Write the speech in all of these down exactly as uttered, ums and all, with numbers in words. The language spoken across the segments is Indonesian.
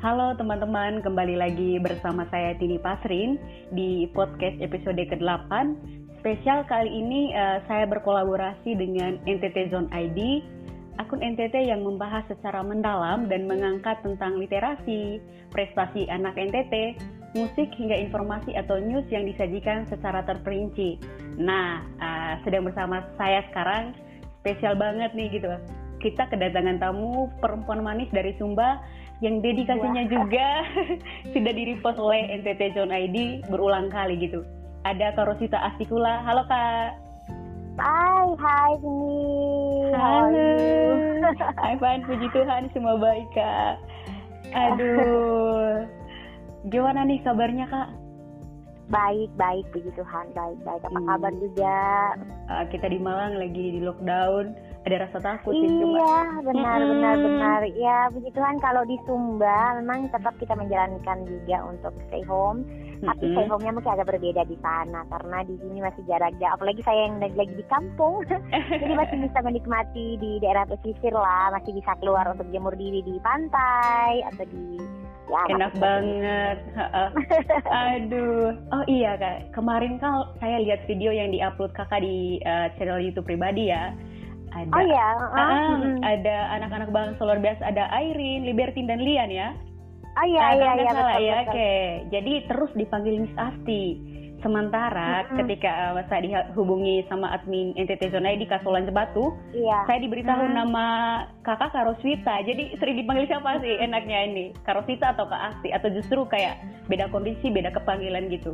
Halo teman-teman, kembali lagi bersama saya Tini Pasrin di podcast episode kedelapan. Spesial kali ini uh, saya berkolaborasi dengan N T T Zone I D, akun N T T yang membahas secara mendalam dan mengangkat tentang literasi, prestasi anak N T T, musik hingga informasi atau news yang disajikan secara terperinci. Nah, uh, sedang bersama saya sekarang, spesial banget nih gitu. Kita kedatangan tamu perempuan manis dari Sumba yang dedikasinya Wah. juga sudah di-repost oleh N T T Zone I D berulang kali gitu. Ada Kak Rosita Astikula. Halo Kak. Hai, hai Tini. Halo. Hai Pan, puji Tuhan semua baik Kak. Aduh. Gimana nih kabarnya Kak? Baik, baik puji Tuhan. Baik, baik. Apa hmm. kabar juga? Uh, kita di Malang lagi di lockdown. Ada rasa takut sih cuma. Iya, benar, hmm. benar, benar. Ya, puji Tuhan kalau di Sumba memang tetap kita menjalankan juga untuk stay home. Hmm. Tapi stay home-nya mungkin agak berbeda di sana karena di sini masih jarak jauh. Apalagi saya yang lagi, lagi di kampung, jadi masih bisa menikmati di daerah pesisir lah, masih bisa keluar untuk jemur diri di pantai atau di. Ya, enak banget. Aduh. Oh iya Kak, kemarin kan saya lihat video yang diupload Kakak di uh, channel YouTube pribadi ya. Ada, oh iya, uh, uh, hmm. ada anak-anak bangsa luar biasa, ada Airin, Libertine dan Lian ya. Oh iya, nah, iya, iya, salah betul, ya, betul. Oke. Jadi terus dipanggil Miss Asti. Sementara hmm. ketika uh, saya dihubungi sama admin N T T Zona di Kasulan Cebatu, iya. saya diberitahu hmm. nama kakak Kak Roswita. Jadi sering dipanggil siapa sih enaknya ini? Kak Roswita atau Kak Asti? Atau justru kayak beda kondisi, beda kepanggilan gitu?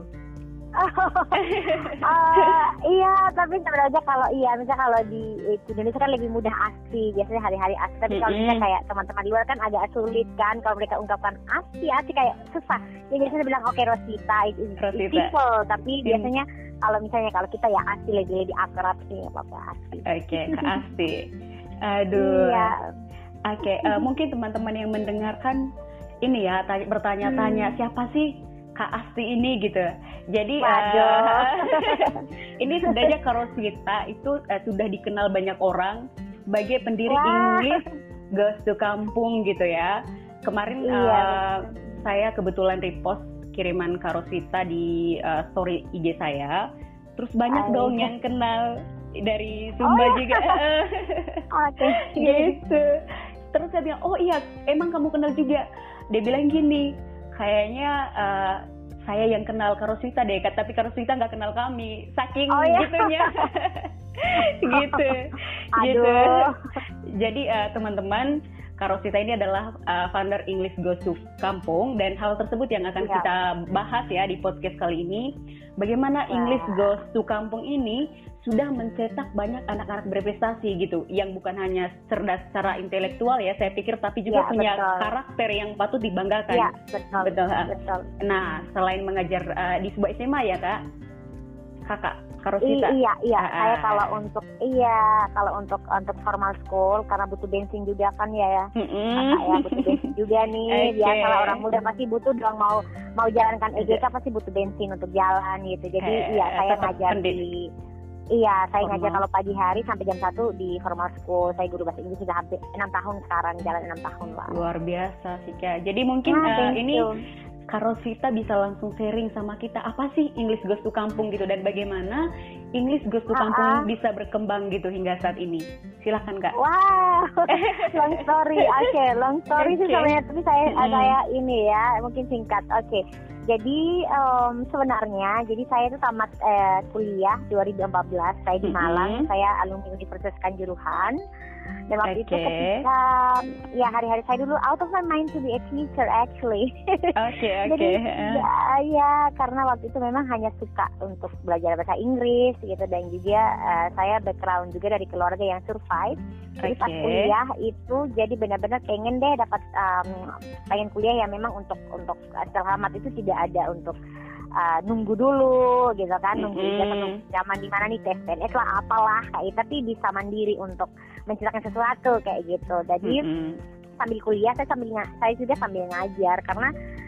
uh, iya, tapi sebenarnya kalau iya, misalnya kalau di, di Indonesia kan lebih mudah Asti, biasanya hari-hari Asti. Tapi kalau misalnya kayak teman-teman di luar kan agak sulit kan, kalau mereka ungkapkan Asti, Asti kayak susah. Ya biasanya bilang oke okay, Roswita, itu simple. Tapi hmm. biasanya kalau misalnya kalau kita ya Asti lebih lebih akrab sih, apa-apa Asti. Oke, okay, Kak Asti. Aduh. Iya. Oke, okay, uh, mungkin teman-teman yang mendengarkan ini ya tanya, bertanya-tanya hmm. siapa sih Kak Asti ini gitu. Jadi uh, ini sebenarnya Kak Roswita itu uh, sudah dikenal banyak orang sebagai pendiri Wah. English Goes to Kampung gitu ya. Kemarin iya, uh, saya kebetulan repost kiriman Kak Roswita di uh, story I G saya. Terus banyak Ay. dong yang kenal dari Sumba oh. juga. Oke. Okay. Gitu. Terus saya bilang, oh iya emang kamu kenal juga. Dia bilang gini, kayaknya uh, saya yang kenal Kak Roswita deh, tapi Kak Roswita nggak kenal kami, saking oh, iya? gitunya, gitu, Aduh. gitu. Jadi uh, teman-teman, Kak Roswita ini adalah uh, founder English Goes to Kampung, dan hal tersebut yang akan ya. kita bahas ya di podcast kali ini. Bagaimana English Goes to Kampung ini sudah mencetak banyak anak-anak berprestasi gitu, yang bukan hanya cerdas secara intelektual ya, saya pikir, tapi juga ya, punya betul. karakter yang patut dibanggakan. Ya, betul. Betul. betul. Nah, selain mengajar uh, di sebuah S M A ya kak, kakak Kak Roswita. I- iya, iya. Uh, saya kalau untuk iya, kalau untuk untuk formal school karena butuh bensin juga kan ya ya. Mm-hmm. Kakak ya butuh bensin juga nih. Okay. Biasalah orang muda pasti butuh dong, mau mau jalankan E G K pasti butuh bensin untuk jalan gitu. Jadi eh, iya, saya ngajar pendek. di Iya, saya formal. ngajar kalau pagi hari sampai jam satu di formal school. Saya guru bahasa Inggris sudah hampir enam tahun sekarang, jalan enam tahun lah. Luar biasa sih Kak. Jadi mungkin nah, uh, ini Kak Roswita bisa langsung sharing sama kita apa sih English Goes to Kampung gitu, dan bagaimana English Goes to Kampung uh-uh. bisa berkembang gitu hingga saat ini. Silakan Kak. Wow, long story. Oke, okay, long story okay. sih sebenarnya, tapi saya mm. saya ini ya mungkin singkat. Oke. Okay. Jadi um, sebenarnya, jadi saya itu tamat eh, kuliah dua ribu empat belas, saya di Malang, mm-hmm. saya alumni Universitas Kanjuruhan. Dan waktu okay. itu ketika, ya hari-hari saya dulu out of my mind to be a teacher actually. Oke, okay, oke. Okay. Jadi ya, ya, karena waktu itu memang hanya suka untuk belajar bahasa Inggris gitu, dan juga uh, saya background juga dari keluarga yang survive. Jadi okay. pas kuliah itu jadi benar-benar pengen deh dapat um, pengen kuliah yang memang untuk untuk selamat itu tidak ada untuk uh, nunggu dulu gitu kan, nunggu mm-hmm. zaman di mana nih tes P N S lah apalah kayak, tapi bisa mandiri untuk menciptakan sesuatu kayak gitu. Jadi mm-hmm. sambil kuliah saya sambil saya juga sambil ngajar karena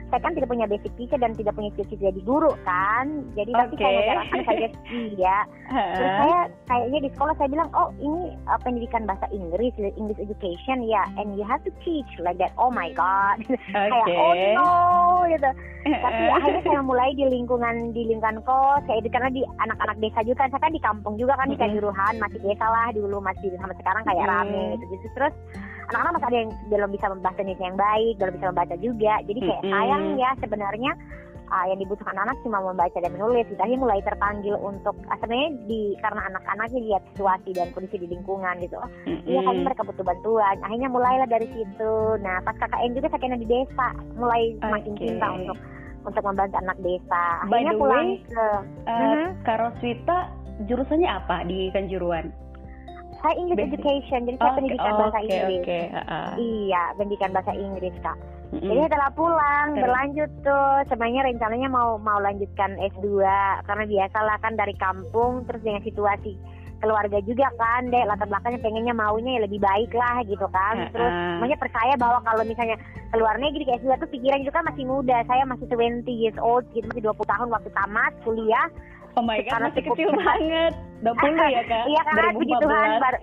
saya kan tidak punya basic teacher dan tidak punya cita-cita jadi guru kan, jadi nanti okay. saya menjalankan saja iya. Terus saya kayaknya di sekolah saya bilang, oh ini uh, pendidikan bahasa Inggris, English education ya, and you have to teach like that. Oh my god, okay. kayak oh no gitu. Tapi akhirnya saya mulai di lingkungan di lingkungan kos, kayak itu karena di anak-anak desa juga kan, saya kan di kampung juga kan, di Kanjuruhan, masih desa lah dulu, masih sama sekarang kayak rame gitu. Jadi terus anak-anak masih ada yang belum bisa membaca Indonesia yang baik, belum bisa membaca juga. Jadi kayak mm-hmm. sayang ya sebenarnya uh, yang dibutuhkan anak cuma membaca dan menulis. Kita akhirnya mulai terpanggil untuk uh, sebenarnya di karena anak-anaknya lihat situasi dan kondisi di lingkungan gitu. Oh, mm-hmm. iya kan mereka butuh bantuan. Akhirnya mulailah dari situ. Nah pas K K N juga saya kena di desa, mulai semakin okay. cinta untuk untuk membantu anak desa. Akhirnya pulang way, ke uh, mm-hmm. Kak Roswita jurusannya apa di Kanjuruhan? Saya English Basic. Education, jadi saya okay, pendidikan okay, bahasa Inggris. Okay, uh-uh. Iya, pendidikan bahasa Inggris Kak. Mm-hmm. Jadi setelah pulang okay. berlanjut tuh, sebenarnya rencananya mau mau lanjutkan S dua karena biasalah kan dari kampung, terus dengan situasi keluarga juga kan, deh latar belakangnya pengennya maunya ya lebih baik lah gitu kan. Uh-uh. Terus makanya percaya bahwa kalau misalnya keluar negeri ke S dua tuh pikiran juga kan masih muda, saya masih dua puluh years old gitu, masih dua puluh tahun waktu tamat kuliah. Oh my god, masih kecil banget. dua puluh ya Kak? Iya karena puji Tuhan baru,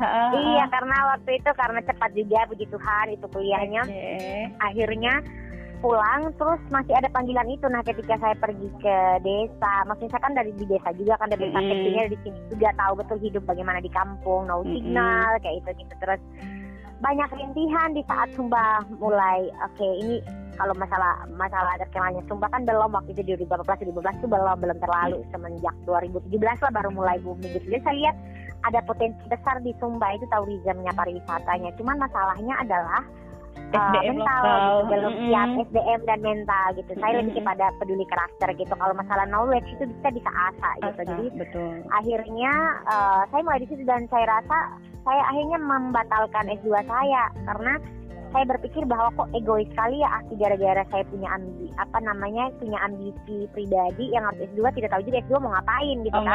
iya karena waktu itu karena cepat juga puji Tuhan itu kuliahnya. Okay. Akhirnya pulang terus masih ada panggilan itu. Nah ketika saya pergi ke desa, maksudnya saya kan dari di desa juga kan, dari desa mm-hmm. kecilnya di sini juga tahu betul hidup bagaimana di kampung, no mm-hmm. signal kayak itu gitu. Terus banyak rintihan di saat Sumba mulai oke okay, ini kalau masalah masalah ada kemalnya Sumba kan belum, waktu itu dua ribu delapan belas dua ribu lima belas itu belum belum terlalu, semenjak dua ribu tujuh belas lah baru mulai booming gitu. Jadi saya lihat ada potensi besar di Sumba itu tourismnya, pariwisatanya. Cuman masalahnya adalah uh, mental gitu, belum mm-hmm. siap S D M dan mental gitu. Saya mm-hmm. lebih kepada peduli karakter gitu. Kalau masalah knowledge itu bisa bisa asa gitu. Asa, jadi betul. Akhirnya uh, saya mulai di situ dan saya rasa saya akhirnya membatalkan S dua saya karena saya berpikir bahwa kok egois sekali ya Aki, gara-gara saya punya ambi, apa namanya punya ambisi pribadi yang harus S dua, tidak tahu juga S dua mau ngapain gitu oh kan.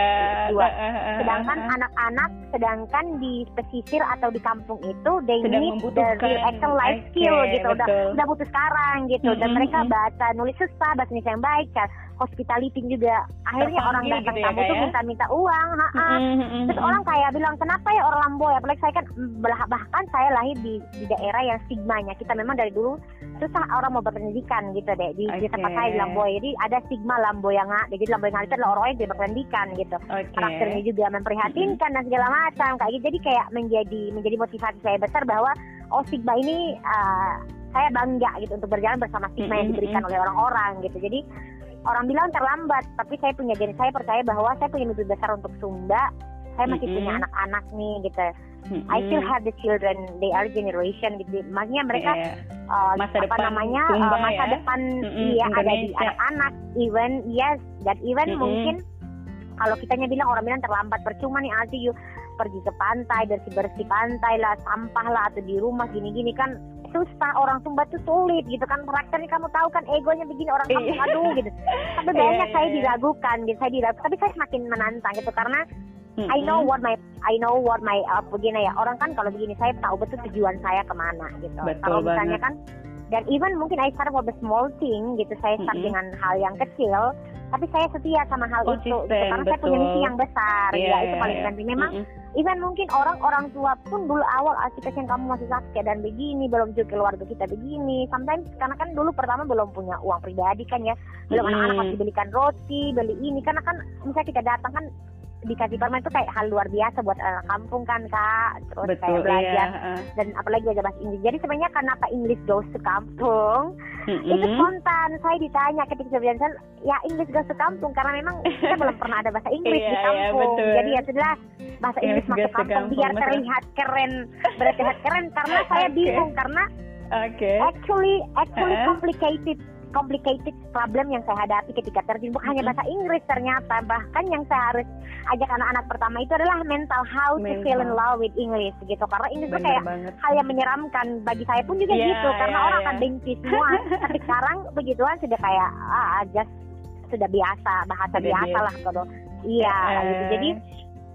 S dua. Sedangkan anak-anak sedangkan di pesisir atau di kampung itu they sedang need the real action life skill okay, gitu, udah udah butuh sekarang gitu. Mm-hmm. Dan mereka baca nulis susah, bahasa Indonesia yang baik kan. Hospitality juga akhirnya orang datang gitu tamu ya, tuh ya? minta-minta uang, mm-hmm. terus orang kayak bilang kenapa ya orang Lamboy, apalagi saya kan bahkan saya lahir di, di daerah yang stigmanya kita memang dari dulu susah orang mau berpendidikan gitu deh di, okay. di tempat saya di Lamboy, jadi ada stigma Lamboyanga, jadi Lamboyanga itu adalah orang yang tidak berpendidikan gitu, okay. karakternya juga memprihatinkan mm-hmm. dan segala macam kayak gitu, jadi kayak menjadi menjadi motivasi saya besar bahwa oh stigma ini uh, saya bangga gitu untuk berjalan bersama stigma mm-hmm. yang diberikan oleh orang-orang gitu. Jadi orang bilang terlambat, tapi saya punya jadi saya percaya bahwa saya punya mimpi besar untuk Sumba. Saya masih mm-hmm. punya anak-anak nih gitu. Mm-hmm. I still have the children, they are generation gitu. Maksudnya mereka yeah. uh, masa apa depan namanya Sumba, uh, masa ya? depan mm-hmm. iya ada di anak-anak. Even yes, dan even mm-hmm. mungkin kalau kitanya bilang orang bilang terlambat, percuma nih Alti you pergi ke pantai, bersih-bersih pantai lah, sampah lah atau di rumah gini-gini kan susah, orang Sumba tuh sulit gitu kan, karakternya kamu tahu kan, egonya begini, orang kampung aduh gitu. Tapi banyak saya diragukan gitu, saya diragukan, tapi saya semakin menantang gitu karena mm-hmm. I know what my I know what my uh, begini ya, orang kan kalau begini saya tahu betul tujuan saya kemana gitu. Kalau misalnya kan, dan even mungkin I start with the small thing gitu, saya start mm-hmm. dengan hal yang kecil, tapi saya setia sama hal Konsisten, itu gitu, karena betul. Saya punya misi yang besar yeah, ya itu paling yeah. penting memang. Mm-hmm. Even mungkin orang-orang tua pun dulu awal asiknya kamu masih sakit dan begini, belum juga keluarga kita begini. Sometimes karena kan dulu pertama belum punya uang pribadi kan ya, belum mm-hmm. anak-anak masih belikan roti, beli ini. Karena kan misalnya kita datang kan dikasih permen itu kayak hal luar biasa buat anak kampung kan Kak. Terus Betul, kayak belajar iya. dan apalagi belajar bahasa Inggris. Jadi sebenarnya kenapa English goes to kampung? Mm-hmm. Itu spontan. Saya ditanya ketika saya bilang, ya English goes to kampung karena memang kita belum pernah ada bahasa Inggris di kampung. Iya, Jadi ya sudah bahasa Inggris masuk kampung kampung biar betul. terlihat keren, terlihat keren. Karena saya okay. bingung karena okay. actually actually uh-huh. complicated. complicated problem yang saya hadapi ketika terjun bukan hanya bahasa Inggris, ternyata bahkan yang saya harus ajak anak-anak pertama itu adalah mental how mental. to fall in love with English gitu, karena English itu kayak banget. hal yang menyeramkan bagi saya pun juga yeah, gitu karena yeah, orang yeah. akan benci semua tapi sekarang begituan sudah kayak ah just sudah biasa bahasa sudah biasa lah gitu iya uh. gitu. Jadi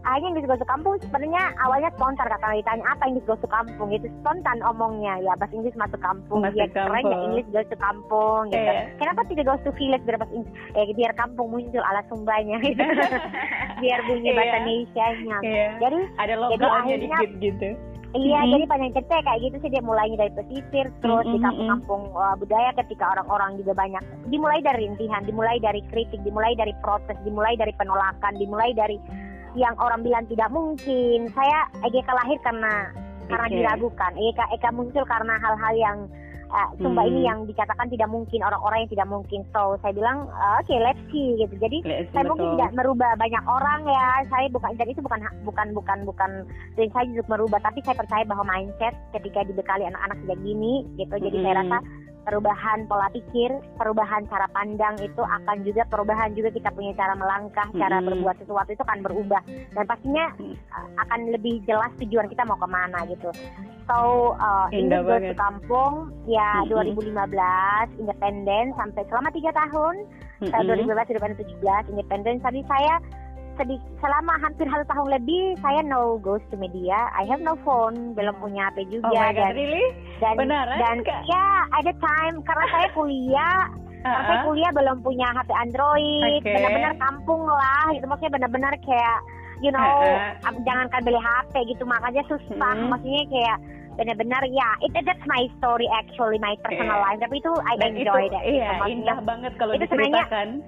akhirnya English Goes to Kampung sebenarnya awalnya spontan, kata ditanya apa English Goes to Kampung gitu, spontan omongnya ya bahasa Inggris masuk kampung, Masuk ya keren ya English Goes to Kampung gitu. Yeah. Kenapa tidak Goes to Village biar bahasa Inggris, eh, biar kampung muncul ala Sumbanya gitu. Biar bunyi bahasa Indonesia-nya. Yeah. Jadi ada lokalnya dikit gitu. Iya, mm-hmm. jadi panjang cerita kayak gitu sih, dia mulainya dari pesisir, terus mm-hmm. di kampung-kampung uh, budaya ketika orang-orang juga banyak, dimulai dari rintihan, dimulai dari kritik, dimulai dari protes, dimulai dari penolakan, dimulai dari yang orang bilang tidak mungkin. Saya E G K lahir karena okay. karena diragukan, E G K, E G K muncul karena hal-hal yang uh, Sumba hmm. ini yang dikatakan tidak mungkin, orang-orang yang tidak mungkin. So saya bilang uh, oke okay, let's see gitu. Jadi let's saya betul. mungkin tidak merubah banyak orang ya. Saya bukan, dan itu bukan bukan bukan bukan dan saya juga merubah, tapi saya percaya bahwa mindset ketika dibekali anak-anak sejak dini gitu. Jadi hmm. saya rasa perubahan pola pikir, perubahan cara pandang itu akan juga perubahan juga kita punya cara melangkah, hmm. cara berbuat sesuatu itu akan berubah, dan pastinya hmm. akan lebih jelas tujuan kita mau kemana gitu. So uh, ini Goes to Kampung ya hmm. dua ribu lima belas independen sampai selama tiga tahun, hmm. dua ribu lima belas dua ribu tujuh belas independen. Tadi saya sedih, selama hampir satu tahun lebih saya no goes to media. I have no phone, belum punya H P juga. Oh my God, dan, really? Dan, Beneran? Dan Kak? ya ada time karena saya kuliah, uh-huh. karena saya kuliah belum punya H P Android, okay. benar-benar kampung lah, gitu maksudnya benar-benar kayak you know uh-huh. jangankan beli H P gitu, makanya susah, hmm. maksudnya kayak benar-benar ya it, that's my story actually, my personal yeah. life, tapi itu I dan enjoy itu, that. Iya, gitu, indah banget kalau itu diceritakan.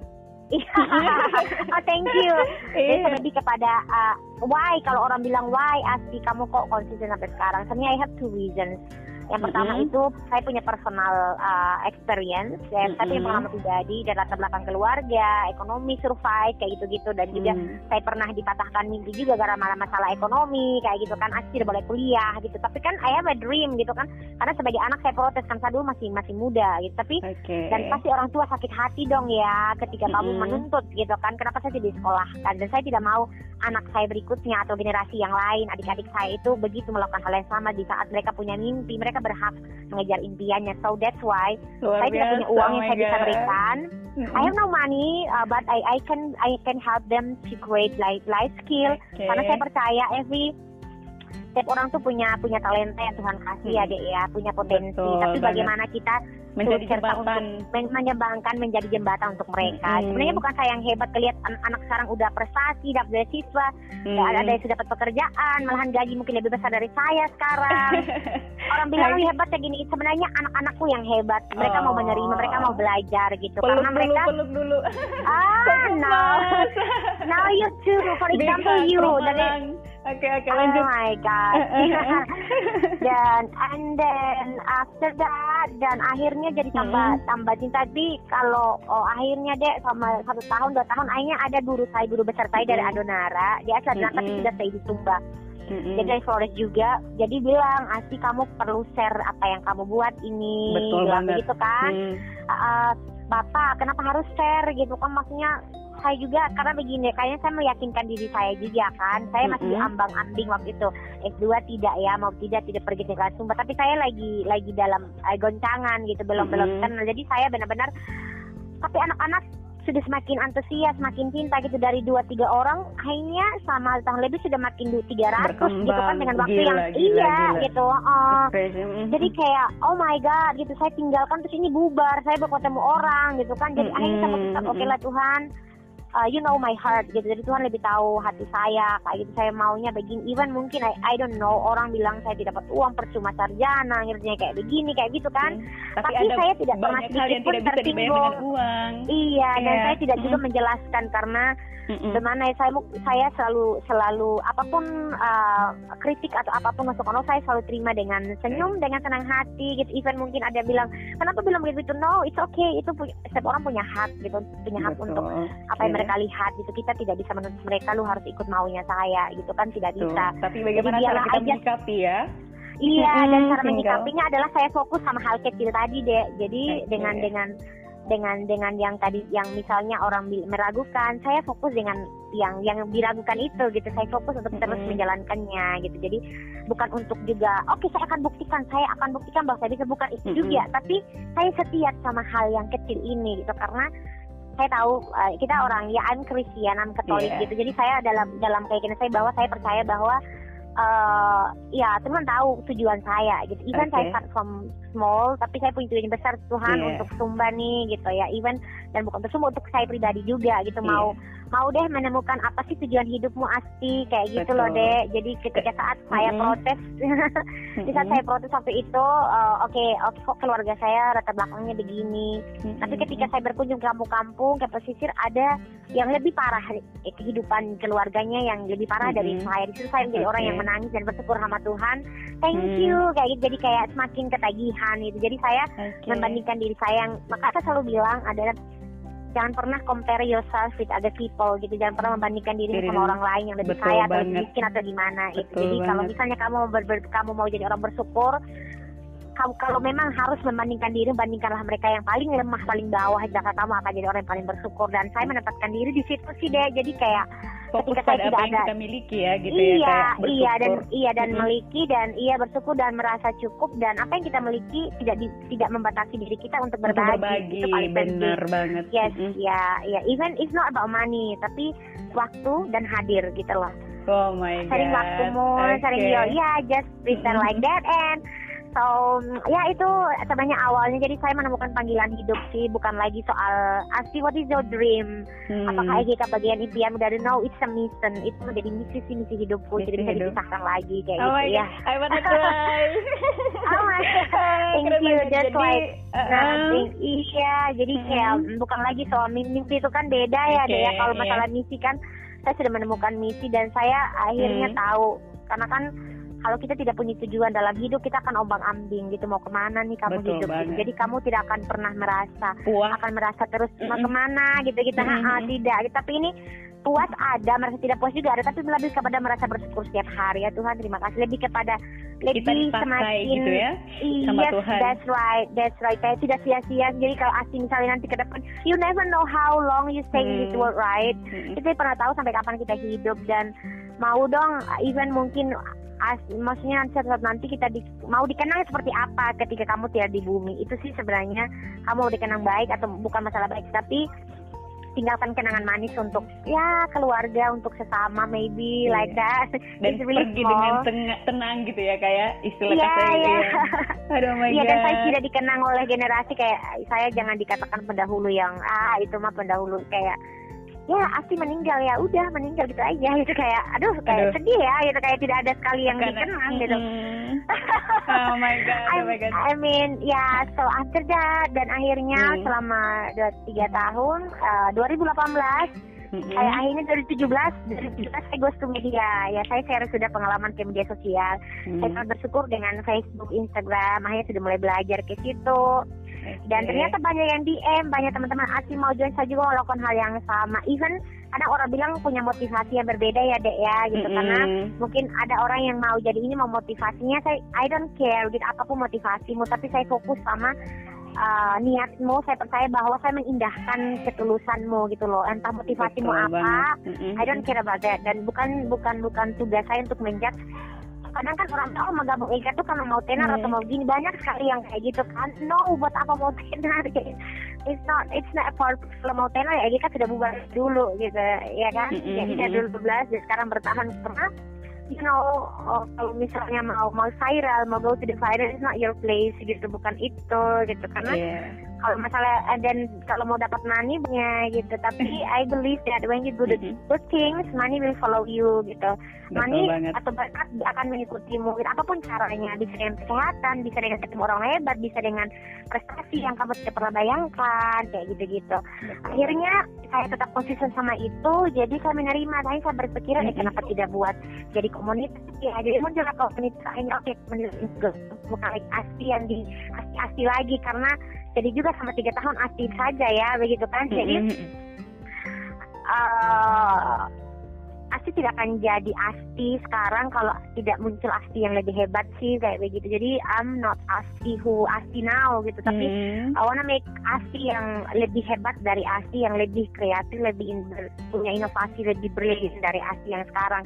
Oh thank you. Jadi yeah. lebih kepada uh, why, kalau orang bilang why Asti kamu kok konsisten sampai sekarang, sebenarnya I have two reasons. Yang pertama mm-hmm. itu saya punya personal uh, experience ya, mm-hmm. tapi yang pengalaman pribadi dan latar belakang keluarga, ekonomi, survive kayak gitu-gitu, dan juga mm-hmm. saya pernah dipatahkan mimpi juga gara masalah ekonomi kayak gitu kan, Asti tidak boleh kuliah gitu, tapi kan I have a dream gitu kan, karena sebagai anak saya protes kan, saya dulu masih masih muda gitu, tapi okay. dan pasti orang tua sakit hati dong ya ketika mm-hmm. kamu menuntut gitu kan, kenapa saya tidak disekolahkan, dan saya tidak mau anak saya berikutnya atau generasi yang lain, adik-adik saya itu begitu melakukan hal yang sama di saat mereka punya mimpi, mereka berhak mengejar impiannya. So that's why Luar saya tidak punya uang yang saya God. bisa berikan. Mm-hmm. I have no money, uh, but I I can I can help them to create life life skill. Okay. Karena saya percaya every setiap orang tuh punya punya talenta yang Tuhan kasih hmm. ya dek ya, punya potensi. Betul, tapi banget. Bagaimana kita menjadi jembatan, untuk menyembangkan menjadi jembatan untuk mereka. Hmm. Sebenarnya bukan saya yang hebat, kelihat anak sekarang udah prestasi, dapat beasiswa, hmm. ada yang sudah dapat pekerjaan, malahan gaji mungkin lebih besar dari saya sekarang. Orang bilang lebih hebat kayak gini, sebenarnya anak-anakku yang hebat. Mereka oh. mau menerima, mereka mau belajar gitu. Peluk karena dulu, mereka peluk dulu. Ah, no. Now you too, for example you. Oke okay, oke okay, lanjut. Oh my God. dan and then after that, dan akhirnya jadi tambah hmm. tambah cinta. Tapi kalau oh, akhirnya deh sama satu tahun dua tahun akhirnya ada guru saya, guru besar saya hmm. dari Adonara, dia asal Adonara hmm. tapi sudah stay di Sumba. Hmm. Jadi dari Flores juga. Jadi bilang, Asti kamu perlu share apa yang kamu buat ini. Betul bilang banget. Begitu kan. Hmm. Uh, Bapak kenapa harus share gitu kan, maksudnya saya juga karena begini, kayaknya saya meyakinkan diri saya juga kan, saya masih mm-hmm. ambang-ambing waktu itu S dua tidak ya, mau tidak tidak pergi ke kelas Sumba, tapi saya lagi lagi dalam uh, goncangan gitu, belum mm-hmm. belum kenal, jadi saya benar-benar, tapi anak-anak sudah semakin antusias, semakin cinta gitu, dari dua tiga orang akhirnya sama tahun lebih sudah makin tiga ratus gitu kan, dengan waktu gila, yang gila, iya gila. gitu uh, mm-hmm. jadi kayak oh my God gitu, saya tinggalkan terus ini bubar, saya bertemu orang gitu kan, jadi mm-hmm. akhirnya saya memutuskan oke okay lah Tuhan, Uh, you know my heart gitu, jadi Tuhan lebih tahu hati saya kayak gitu, saya maunya begini, even mungkin I, I don't know, orang bilang saya tidak dapat uang percuma sarjana, akhirnya kayak begini kayak gitu kan, hmm. tapi, tapi saya tidak pernah sedikit pun tersinggung, iya yeah. dan saya tidak hmm. juga menjelaskan karena Mm-mm. Bagaimana saya saya selalu selalu apapun uh, kritik atau apapun masukan oh, saya selalu terima dengan senyum, okay. dengan senang hati gitu. Even mungkin ada bilang kenapa bilang begitu, no it's okay, itu punya, setiap orang punya hak gitu, punya hak Betul. Untuk apa yang yeah. mereka lihat gitu. Kita tidak bisa menuntut mereka lu harus ikut maunya saya gitu kan, tidak Betul. Bisa. Tapi bagaimana cara kita menyikapi ya? Iya hmm, dan cara tinggal. menyikapinya adalah saya fokus sama hal kecil tadi deh. Jadi okay. dengan dengan dengan dengan yang tadi yang misalnya orang meragukan, saya fokus dengan yang yang diragukan itu gitu, saya fokus untuk terus mm-hmm. menjalankannya gitu. Jadi bukan untuk juga oke okay, saya akan buktikan saya akan buktikan bahwa saya bisa, bukan itu mm-hmm. juga, tapi saya setia sama hal yang kecil ini gitu, karena saya tahu uh, kita orang ya I'm Christian, I'm Katolik yeah. gitu. Jadi saya dalam dalam keyakinan saya bahwa saya percaya bahwa uh, ya Tuhan tahu tujuan saya gitu. Even okay. saya start from small, tapi saya punya tujuan besar Tuhan yeah. untuk Sumba nih gitu ya. Even dan bukan untuk Sumba, untuk saya pribadi juga gitu. Yeah. Mau mau deh menemukan apa sih tujuan hidupmu Asti kayak gitu. Betul. Loh deh. Jadi ketika saat mm-hmm. saya protes, di saat saya protes waktu itu, uh, oke okay, oke okay, keluarga saya latar belakangnya begini. Mm-hmm. Tapi ketika saya berkunjung ke kampung-kampung, ke pesisir, ada yang lebih parah eh, kehidupan keluarganya yang lebih parah mm-hmm. dari saya. Di situ saya menjadi okay. orang yang menangis dan bersyukur sama Tuhan. Thank mm-hmm. you kayak gitu. Jadi kayak semakin ketagihan gitu. Jadi saya okay. membandingkan diri saya yang, maka saya selalu bilang adalah jangan pernah compare yourself with other people gitu. Jangan pernah membandingkan diri sama orang lain yang lebih kaya atau lebih miskin atau gimana gitu. Jadi banget. Kalau misalnya kamu ber, ber, kamu mau jadi orang bersyukur, kamu, kalau memang harus membandingkan diri, bandingkanlah mereka yang paling lemah, paling bawah, maka kamu akan jadi orang yang paling bersyukur. Dan saya menempatkan diri di situ sih deh. Jadi kayak fokus ketika saya tidak apa yang ada, kita miliki ya gitu iya, ya, kayak bersyukur. Iya dan iya dan mm-hmm. miliki dan iya bersyukur dan merasa cukup, dan apa yang kita miliki tidak di, tidak membatasi diri kita untuk berbagi. Untuk berbagi, itu paling benar penting. banget. Yes, mm-hmm. ya, ya. Even it's not about money, tapi waktu dan hadir gitu loh. Oh my god. Sering waktumu, okay. sering yo, ya just pretend like that. And so ya itu sebenarnya awalnya. Jadi saya menemukan panggilan hidup sih, bukan lagi soal Asti what is your dream, hmm. apakah kita bagian impianmu dari no, it's a mission, itu menjadi misi sih misi hidupku. Misi jadi bisa hidup. Dipisahkan lagi kayak oh gitu ya. I wanna cry. Oh my god, thank you. Just jadi, like uh, nothing. Iya, jadi hmm. kayak bukan lagi soal mimpi, itu kan beda ya okay, deh ya. Kalau masalah yeah. misi kan saya sudah menemukan misi dan saya akhirnya hmm. tahu, karena kan kalau kita tidak punya tujuan dalam hidup, kita akan ombang-ambing gitu, mau kemana nih kamu Betul hidup gitu. Jadi kamu tidak akan pernah merasa puas, akan merasa terus mm-hmm. mau kemana gitu kita mm-hmm. ha, tidak. Tapi ini puas ada, merasa tidak puas juga ada, tapi lebih kepada merasa bersyukur setiap hari ya Tuhan, terima kasih. Lebih kepada lebih semakin gitu ya, sama yes, Tuhan. That's right, that's right. Kayak tidak sia-sia. Jadi kalau Asti misalnya nanti ke depan, you never know how long you stay in this world, right? Mm-hmm. Kita pernah tahu sampai kapan kita hidup, dan mau dong even mungkin As, maksudnya saat nanti kita di, mau dikenang seperti apa ketika kamu tiada di bumi. Itu sih sebenarnya kamu mau dikenang baik atau bukan masalah baik, tapi tinggalkan kenangan manis untuk ya keluarga, untuk sesama, maybe yeah. like that. Dan really pergi small. Dengan ten- tenang gitu ya, kayak istilah yeah, kata yeah. ya. Aduh my yeah, god. Dan saya tidak dikenang oleh generasi kayak saya, jangan dikatakan pendahulu yang ah itu mah pendahulu kayak ya Asti meninggal, ya udah meninggal gitu aja gitu, kayak aduh kayak aduh. sedih ya gitu, kayak tidak ada sekali yang Karena, dikenang gitu. Mm, oh my god, oh my god. I mean ya yeah, so after that, dan akhirnya hmm. selama dua tiga tahun uh, dua ribu delapan belas mm-hmm. saya akhirnya dua ribu tujuh belas saya goes to media ya, saya share sudah pengalaman ke media sosial. mm. Saya sangat bersyukur dengan Facebook, Instagram, akhirnya sudah mulai belajar ke situ. Dan ternyata banyak yang D M, banyak teman-teman Asti mau join, saya juga melakukan hal yang sama. Even ada orang bilang punya motivasi yang berbeda ya dek ya gitu, mm-hmm. karena mungkin ada orang yang mau jadi ini, mau motivasinya saya I don't care gitu apapun motivasimu, tapi saya fokus sama uh, niatmu. Saya percaya bahwa saya mengindahkan ketulusanmu gitu loh, entah motivasimu Betul apa, mm-hmm. I don't care about that. Dan bukan bukan bukan tugas saya untuk menjudge. Kadang kan orang tahu mau gabung ikat tuh karena mau tenar hmm. atau mau gini, banyak sekali yang kayak gitu kan. No, buat apa mau tenar? It's not, it's not a part. Kalau mau tenar ya kita sudah bubar dulu gitu, ya kan? Mm-hmm. Jadi dari dua ribu dua belas, dan sekarang bertahan karena you know, oh, kalau misalnya mau mau viral, mau go to the viral, it's not your place gitu, bukan itu gitu, karena yeah. kalau masalah dan kalau mau dapat money punya gitu, tapi I believe that when you do the mm-hmm. good things, money will follow you gitu. Betul money banget. Atau berkat akan mengikutimu gitu, apapun caranya, bisa dengan kesehatan, bisa dengan ketemu orang hebat, bisa dengan prestasi yang kamu tidak pernah bayangkan kayak gitu-gitu. Betul. Akhirnya saya tetap konsisten sama itu, jadi saya menerima. Saya saya berpikiran mm-hmm. eh kenapa tidak buat jadi komunitas ya, jadi muncul komunitas ini, oke komunitas bukan lagi Asti yang di Asti Asti lagi, karena jadi juga sama tiga tahun Asti saja ya begitu kan. Jadi mm-hmm. uh, Asti tidak akan jadi Asti sekarang kalau tidak muncul Asti yang lebih hebat sih kayak begitu. Jadi I'm not Asti who Asti now gitu, tapi mm. I wanna make Asti yang lebih hebat dari Asti, yang lebih kreatif, lebih in, punya inovasi, lebih brilliant dari Asti yang sekarang.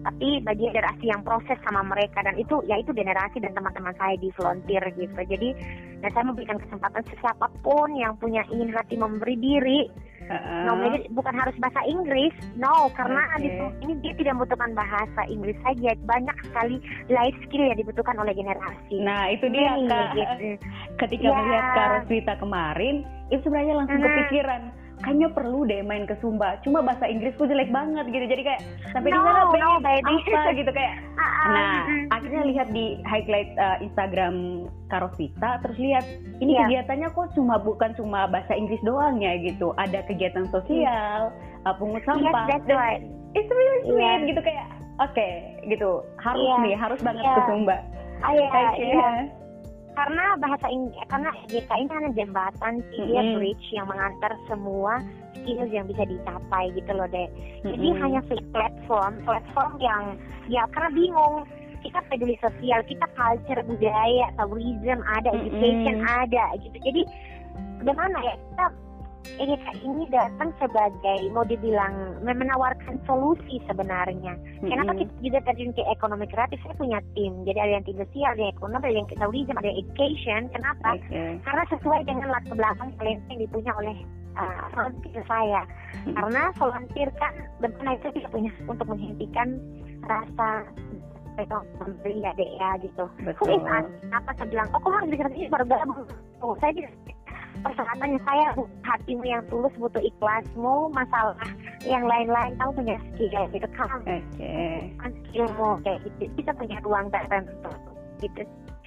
tapi bagian dari generasi yang proses sama mereka, dan itu ya itu generasi dan teman-teman saya di volunteer gitu. Jadi dan saya memberikan kesempatan siapapun yang punya ingin hati memberi diri. Uh-uh. No, bukan harus bahasa Inggris, no, karena okay. di, ini dia tidak membutuhkan bahasa Inggris saja, banyak sekali life skill yang dibutuhkan oleh generasi. Nah itu dia ini, Kak, gitu. Ketika yeah. melihat Kak Rosvita kemarin, itu sebenarnya langsung uh-huh. kepikiran, kayaknya perlu deh main ke Sumba, cuma bahasa Inggrisku jelek banget gitu, jadi kayak sampai no, di sana pengen no, apa gitu kayak. uh-uh. Nah akhirnya lihat di highlight uh, Instagram Kak Rosvita, terus lihat ini yeah. kegiatannya kok cuma bukan cuma bahasa Inggris doang ya gitu, ada kegiatan sosial, uh, pungut sampah, yes, that's right. It's really sweet yeah. gitu kayak oke okay, gitu harus yeah. nih harus banget yeah. ke Sumba. Ah, yeah, okay. yeah. Karena bahasa Inggris, karena G K ini kan jembatan, dia mm-hmm. bridge yang mengantar semua skills yang bisa dicapai gitu loh deh. Jadi mm-hmm. hanya platform, platform yang ya karena bingung. Kita peduli sosial, kita culture, budaya, tourism ada, mm-hmm. education ada gitu. Jadi bagaimana ya kita ini ini datang sebagai mau dibilang menawarkan solusi sebenarnya. Mm-hmm. Kenapa kita juga terjun ke ekonomi kreatif? Saya punya tim. Jadi ada yang tim sosial, ada yang ekonomi, ada yang tourism, ada yang education. Kenapa? Okay. Karena sesuai dengan latar belakang talenta yang dipunya oleh uh, volunteer saya. Mm-hmm. Karena volunteer kan benar itu tidak punya untuk menghentikan rasa mereka memberi ya deh ya gitu. Betul. Kenapa saya bilang, oh kok harus bikin ini baru gabung? Oh saya bilang, persyaratannya saya hatimu yang tulus, butuh ikhlasmu, masalah yang lain-lain kamu punya skill gitu kan. Oke. Okay. Kan skillmu kayak gitu, kita punya ruang tertentu gitu.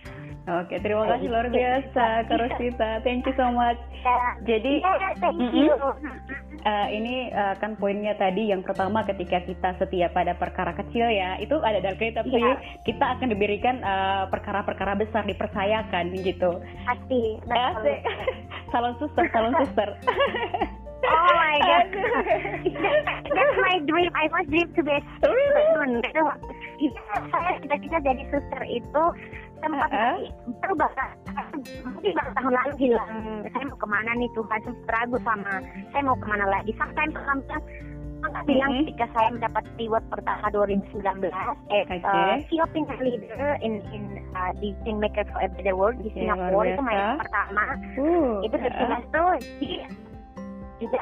Oke, terima kasih luar biasa Kak Rosvita. Thank you so much. Yeah. Jadi yeah, thank you. Uh, ini uh, kan poinnya tadi yang pertama ketika kita setia pada perkara kecil ya, itu ada dalam kitab sih. Yeah. Kita akan diberikan uh, perkara-perkara besar dipercayakan gitu. Pasti. Asik. Salon suster, salon suster. Oh my god. That's my dream. I was dream to be a suster. Saya cita-cita jadi suster itu sempat uh-uh. baru bahkan mungkin baru tahun lalu hilang. Saya mau kemana nih Tuhan, sempat ragu sama saya mau kemana lagi. Sometimes sometimes Maka bilang mm-hmm. ketika saya mendapat reward pertama dua ribu sembilan belas as okay. uh, C E O Opinion Leader in in uh, di Kingmaker for a Better World di okay, Singapura, itu yang pertama. Uh, itu setelah uh. itu dia juga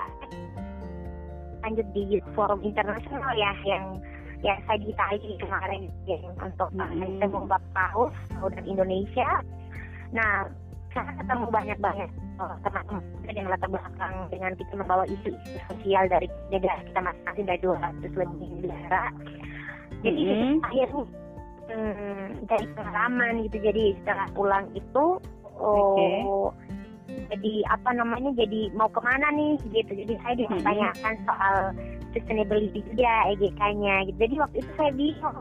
lanjut di Youth Forum Internasional ya, yang yang saya di Itali kemarin yang untuk mm-hmm. uh, beberapa tahun dan Indonesia. Nah, saya ketemu banyak-banyak uh, teman-teman yang latar belakang dengan kita membawa isu-isu sosial dari negara kita masing-masing dari dua ratus lebih negara. Jadi mm-hmm. akhirnya hmm, dari pengalaman gitu, jadi setelah pulang itu oh, okay. jadi apa namanya jadi mau kemana nih gitu. Jadi saya ditanyakan mm-hmm. soal sustainability juga E G K-nya gitu. Jadi waktu itu saya bingung,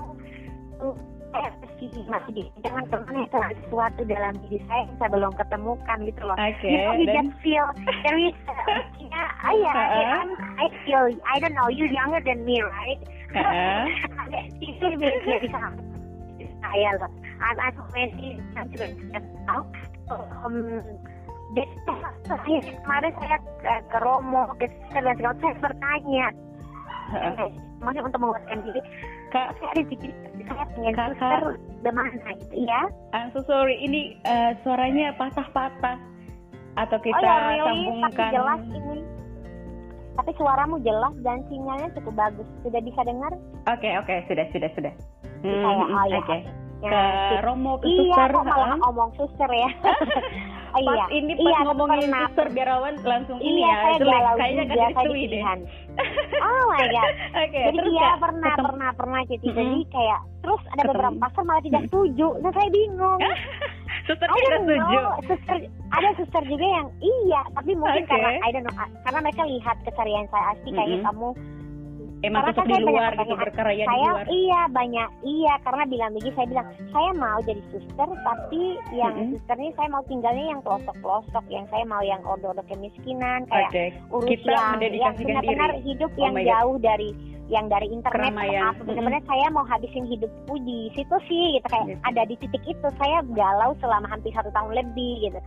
saya masih masih di jangan kemana ya, sesuatu dalam diri saya yang saya belum ketemukan gitu loh. Okay, you know, you then... just feel there is ya, uh, yeah, uh-uh. I feel I don't know, you're younger than me, right? Uh-uh. Itu bisa bisa saya loh. I'm I'm twenty something now. Um, Jadi kemarin saya ke, ke Romo, ke segala segala saya bertanya, uh-uh. maksudnya untuk menguatkan diri. Kak, saya ada pikir saya pengen suster bagaimana gitu ya? I'm so sorry, ini uh, suaranya patah-patah atau kita oh, ya, really? sambungkan? Tapi jelas ini, tapi suaramu jelas dan sinyalnya cukup bagus. Sudah bisa dengar? Oke okay, oke okay. sudah sudah sudah. Hmm, oh, ya, oke. Okay. Ya, ke Romo ke iya, suster. Iya, kok malah ngomong suster ya. Oh, pas iya. ini pas iya, ngomongin pernah. Suster Biarawan langsung iya, ini ya, jelek. Kayaknya kan ditui deh. Oh my god. Okay, jadi iya ya, pernah, ketemu. pernah, pernah jadi mm-hmm. jadi kayak terus ada ketemu. beberapa pastor malah tidak setuju. Nah saya bingung. Suster tidak setuju. Suster, ada suster juga yang iya, tapi mungkin okay. karena I don't know, karena mereka lihat keseharian saya asli mm-hmm. kayaknya kamu emang karena tetap di luar gitu, berkarya saya, di luar. Iya banyak, iya karena bilang begini, saya bilang saya mau jadi suster, tapi yang mm-hmm. suster ini saya mau tinggalnya yang pelosok-pelosok, yang saya mau yang ordo-ordo kemiskinan, kayak okay. urus kita yang, yang benar-benar diri. hidup oh yang jauh God. dari yang dari internet apa benar-benar mm-hmm. saya mau habisin hidupku di situ sih gitu, kayak yes. ada di titik itu saya galau selama hampir satu tahun lebih gitu.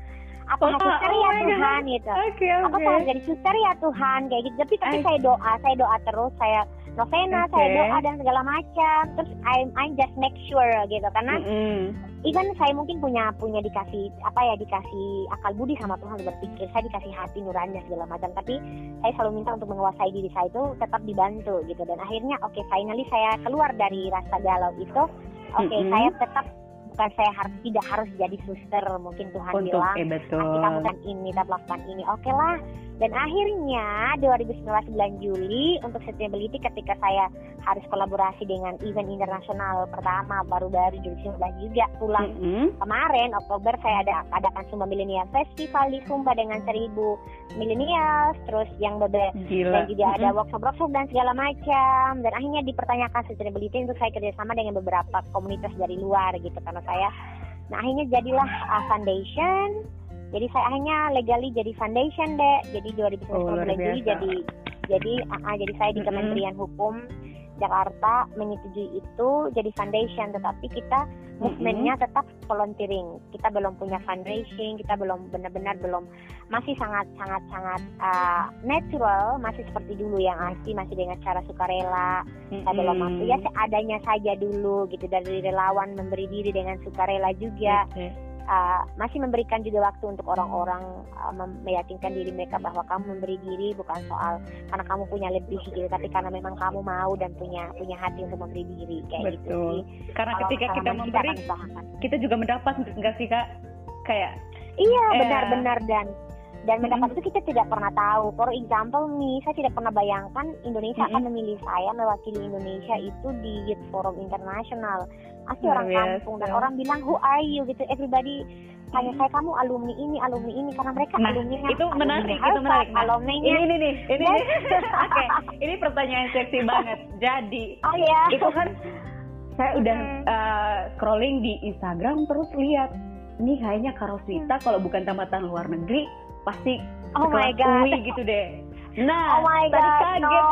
apa Oh, harus suster ya oh my Tuhan God. gitu. Oke, Apa oke. saya harus jadi suster ya Tuhan kayak gitu. Tapi tapi I- saya doa, saya doa terus, saya novena, Oke. saya doa dan segala macam. Terus I I just make sure gitu karena Mm-mm. even saya mungkin punya punya dikasih apa ya dikasih akal budi sama Tuhan berpikir, saya dikasih hati nurani dan segala macam, tapi saya selalu minta untuk menguasai diri saya itu tetap dibantu gitu. Dan akhirnya oke okay, finally saya keluar dari rasa galau itu. Oke okay, Mm-mm. saya tetap bukan saya harus tidak harus jadi suster, mungkin Tuhan Untuk bilang eh betul. "Ah, kita lakukan ini, kita lakukan ini, oke okay lah." Dan akhirnya dua ribu sembilan belas bulan Juli untuk sustainability ketika saya harus kolaborasi dengan event internasional pertama baru dari dua ribu sembilan belas juga pulang Mm-mm. kemarin Oktober saya ada adakan Sumba Millennial Festival di Sumba dengan seribu millennials, terus yang berbeda Gila. dan juga ada Mm-mm. workshop-workshop dan segala macam. Dan akhirnya dipertanyakan sustainability untuk saya kerjasama dengan beberapa komunitas dari luar gitu karena saya. Nah akhirnya jadilah uh, foundation. Jadi saya akhirnya legally jadi foundation deh. Jadi dua ribu sembilan belas Oh, luar bulan Juli biasa. jadi jadi uh, uh, jadi saya di Mm-mm. Kementerian Hukum Jakarta menyetujui itu jadi foundation, tetapi kita movementnya tetap volunteering. Kita belum punya fundraising, kita belum benar-benar belum masih sangat sangat sangat uh, natural, masih seperti dulu yang asli, masih dengan cara sukarela. Saya belum mampu ya seadanya saja dulu gitu, dari relawan memberi diri dengan sukarela juga. Oke. Uh, masih memberikan juga waktu untuk orang-orang uh, mem- meyakinkan diri mereka bahwa kamu memberi diri bukan soal karena kamu punya lebih gitu, tapi karena memang kamu mau dan punya punya hati untuk memberi diri kayak gitu Betul. sih. Karena Kalau ketika kita pengalaman memberi, akan usahakan. kita juga mendapat, enggak sih Kak? Kayak Iya Eh. benar-benar dan dan Mm-mm. mendapat itu kita tidak pernah tahu. For example nih, saya tidak pernah bayangkan Indonesia akan Mm-mm. memilih saya mewakili Indonesia itu di Youth Forum Internasional. Asli Luar orang biasa. kampung dan orang bilang who are you gitu. Everybody tanya saya kamu alumni ini alumni ini karena mereka Nah, alumninya itu alumni menarik, itu Harvard, menarik. Nah, alumninya. ini nih, nih, ini nih. Oke, ini pertanyaan seksi banget. Jadi, Oh ya. itu kan saya udah Hmm. uh, scrolling di Instagram terus lihat, ini kayaknya Kak Roswita kalau bukan tamatan luar negeri pasti Oh my sekelas God. U I gitu deh. Nah, Oh my tadi god. kaget. No.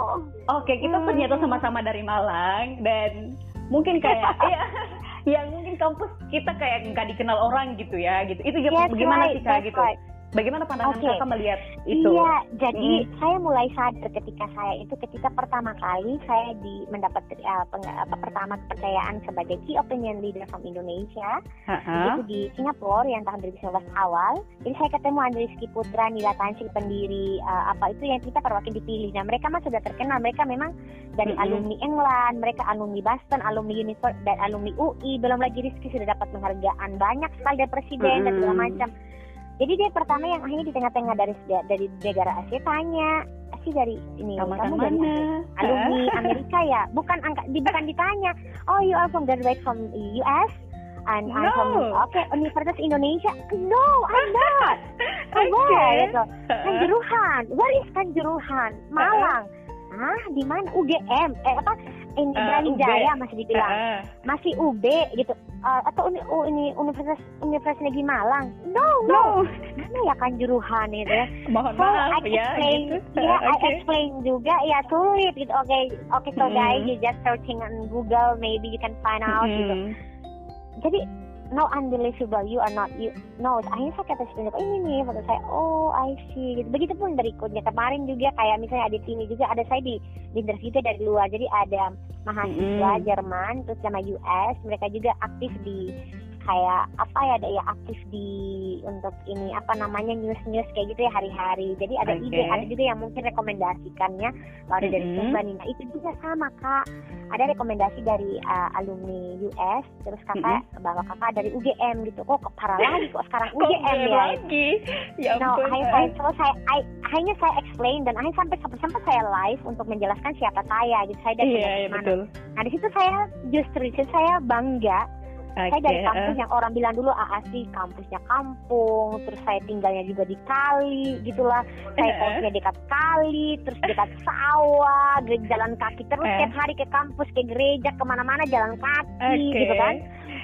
Oke, kita Hmm. ternyata sama-sama dari Malang dan mungkin kayak ya, yang mungkin kampus kita kayak nggak dikenal orang gitu ya, gitu. Itu Yes, gimana right, sih Kak that's gitu? right. Bagaimana pandangan Oke. Kakak melihat itu? Iya, jadi Mm. saya mulai sadar ketika saya itu ketika pertama kali saya di mendapat uh, peng, apa, pertama kepercayaan sebagai key opinion leader from Indonesia. Ha-ha. Itu di Singapura yang tahun dua ribu sembilan belas awal. Jadi saya ketemu Andre Rizky Putra, Nila Tansy, pendiri uh, apa itu yang kita perwakilan dipilih. Nah mereka mah sudah terkenal, mereka memang dari Mm-mm. alumni England, mereka alumni Boston, alumni University dan alumni U I. Belum lagi Rizky sudah dapat penghargaan banyak sekali dari presiden dan segala Mm-mm. macam. Jadi dia pertama yang akhirnya di tengah-tengah dari dari negara Asia tanya, sih dari ini Tamatan kamu dari mana? alumni Amerika ya? Bukan angka, di, bukan ditanya. Oh, you are from graduate from U S and I'm from No. okay Universitas Indonesia. No, I'm not. Oke. Where gitu? Kanjuruhan. Where is Kanjuruhan? Malang. Hah, di mana? U G M. Eh apa? Ini Uh, Brawijaya U B. masih dibilang. Ha-ha. Masih U B gitu. Uh, atau uni, oh, ini Universitas Universitas Negeri Malang. No, no. No. Mana ya Kanjuruhan itu ya? Mohon So, maaf I ya explain, gitu. ya, I Oke. explain juga, ya sulit gitu. Oke, okay, oke, okay, so Mm-mm. guys, you just searching on Google, maybe you can find out gitu. Mm-mm. Jadi, no unbelievable, you are not you. No, akhirnya saya kata sebenarnya, oh, ini nih foto saya. Oh, I see. Gitu. Begitupun berikutnya kemarin juga kayak misalnya ada ini juga ada saya di di interview juga dari luar. Jadi ada mahasiswa Mm-mm. Jerman terus sama U S, mereka juga aktif di kayak apa ya ada ya aktif di untuk ini apa namanya news-news kayak gitu ya hari-hari. Jadi ada Oke. ide, ada juga yang mungkin rekomendasikannya kalau ada dari Mm-mm. Sumba nih. Nah, itu juga sama Kak. Ada rekomendasi dari uh, alumni U S, terus kakak bahwa kakak dari U G M gitu. Kok parah lagi kok sekarang U Kok G M gue ya. lagi? Ya No, ampun. akhirnya saya, so saya, I- akhirnya saya explain dan akhirnya sampai sampai sampai saya live untuk menjelaskan siapa saya gitu. Saya dari Iya, iya mana. betul. Nah di situ saya justru di situ saya bangga. Saya Oke, dari kampus eh. yang orang bilang dulu ah asli kampusnya kampung, terus saya tinggalnya juga di kali, gitulah. Saya Eh. kosnya dekat kali, terus dekat sawah, ge- jalan kaki terus Eh. tiap hari ke kampus, ke gereja, kemana-mana jalan kaki, Oke. gitu kan.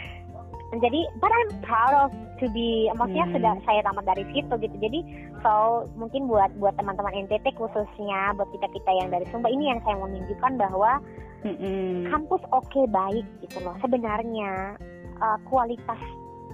Jadi, but I'm proud of to be, maksudnya Hmm. sudah saya tamat dari situ gitu. Jadi, so mungkin buat buat teman-teman N T T khususnya, buat kita kita yang dari Sumba ini yang saya mau menunjukkan bahwa Mm-mm. kampus oke baik gitu loh. Sebenarnya uh, kualitas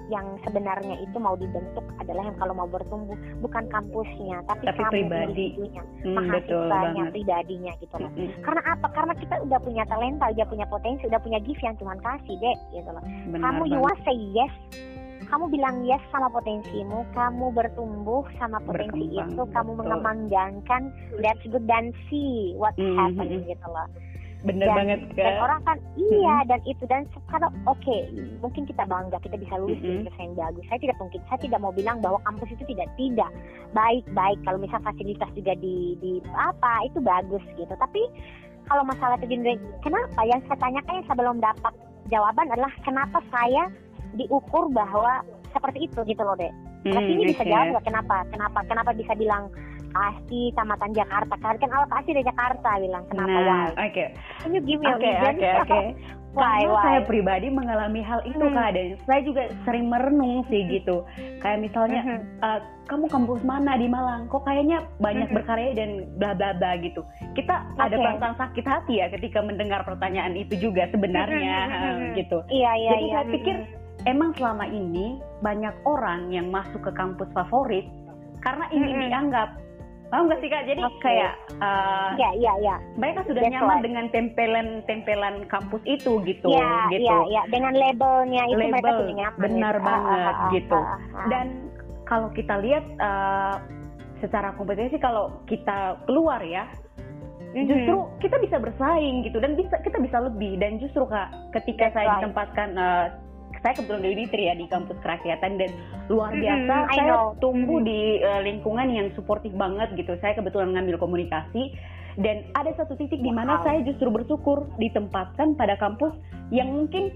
yang sebenarnya itu mau dibentuk adalah yang kalau mau bertumbuh bukan kampusnya, tapi, tapi kamu pribadi, individunya, hmm, mahasiswanya, pribadinya gitu loh. Hmm. Karena apa? Karena kita udah punya talenta, udah punya potensi, udah punya gift yang Tuhan kasih deh, gitu loh. Benar kamu banget. you want say yes, kamu bilang yes sama potensimu, kamu bertumbuh sama potensi Berkembang, itu, kamu betul. mengembangkan, that's good, dan see what Hmm, happens hmm. gitu loh. Bener dan, banget Kak. dan orang kan iya Mm-hmm. dan itu dan kalau oke okay, mungkin kita bangga kita bisa lulus Mm-hmm. di universitas yang bagus. Saya tidak mungkin saya tidak mau bilang bahwa kampus itu tidak tidak baik baik kalau misal fasilitas juga di di apa itu bagus gitu. Tapi kalau masalah itu kenapa yang saya tanyakan yang saya belum dapat jawaban adalah kenapa saya diukur bahwa seperti itu gitu loh deh. Tapi Hmm, ini bisa okay. jawab nggak kenapa kenapa kenapa bisa bilang Asih tamatan Jakarta kan kan awal Asih dari Jakarta bilang kenapa Nah, why? oke. Okay. Can you give me a Oke, reason? oke, oke. Why, Karena why? saya pribadi mengalami hal itu Hmm. Kak, dan saya juga sering merenung sih gitu. Kayak misalnya, Mhm. uh, kamu kampus mana di Malang? Kok kayaknya banyak Mhm. berkarya dan bla bla bla gitu. Kita ada Oke. perasaan sakit hati ya ketika mendengar pertanyaan itu juga sebenarnya Mhm. um, gitu. Iya iya Jadi iya. saya pikir emang selama ini banyak orang yang masuk ke kampus favorit karena ingin Mhm. dianggap. Paham nggak sih Kak? Jadi Oke. kayak uh, Iya iya iya. mereka sudah That's nyaman right. dengan tempelan-tempelan kampus itu gitu, Iya gitu. iya iya dengan labelnya itu Label, mereka sudah nyaman. benar gitu. banget Ah, ah, ah, gitu. ah, ah. Dan kalau kita lihat uh, secara kompetensi kalau kita keluar ya, Mhm. justru kita bisa bersaing gitu dan bisa kita bisa lebih. Dan justru Kak, ketika That's saya right. ditempatkan uh, saya kebetulan di Unitri ya di kampus kerakyatan dan luar Mhm, biasa I saya know. tumbuh Mhm. di uh, lingkungan yang suportif banget gitu. Saya kebetulan ngambil komunikasi dan ada satu titik di mana Wow. saya justru bersyukur ditempatkan pada kampus yang mungkin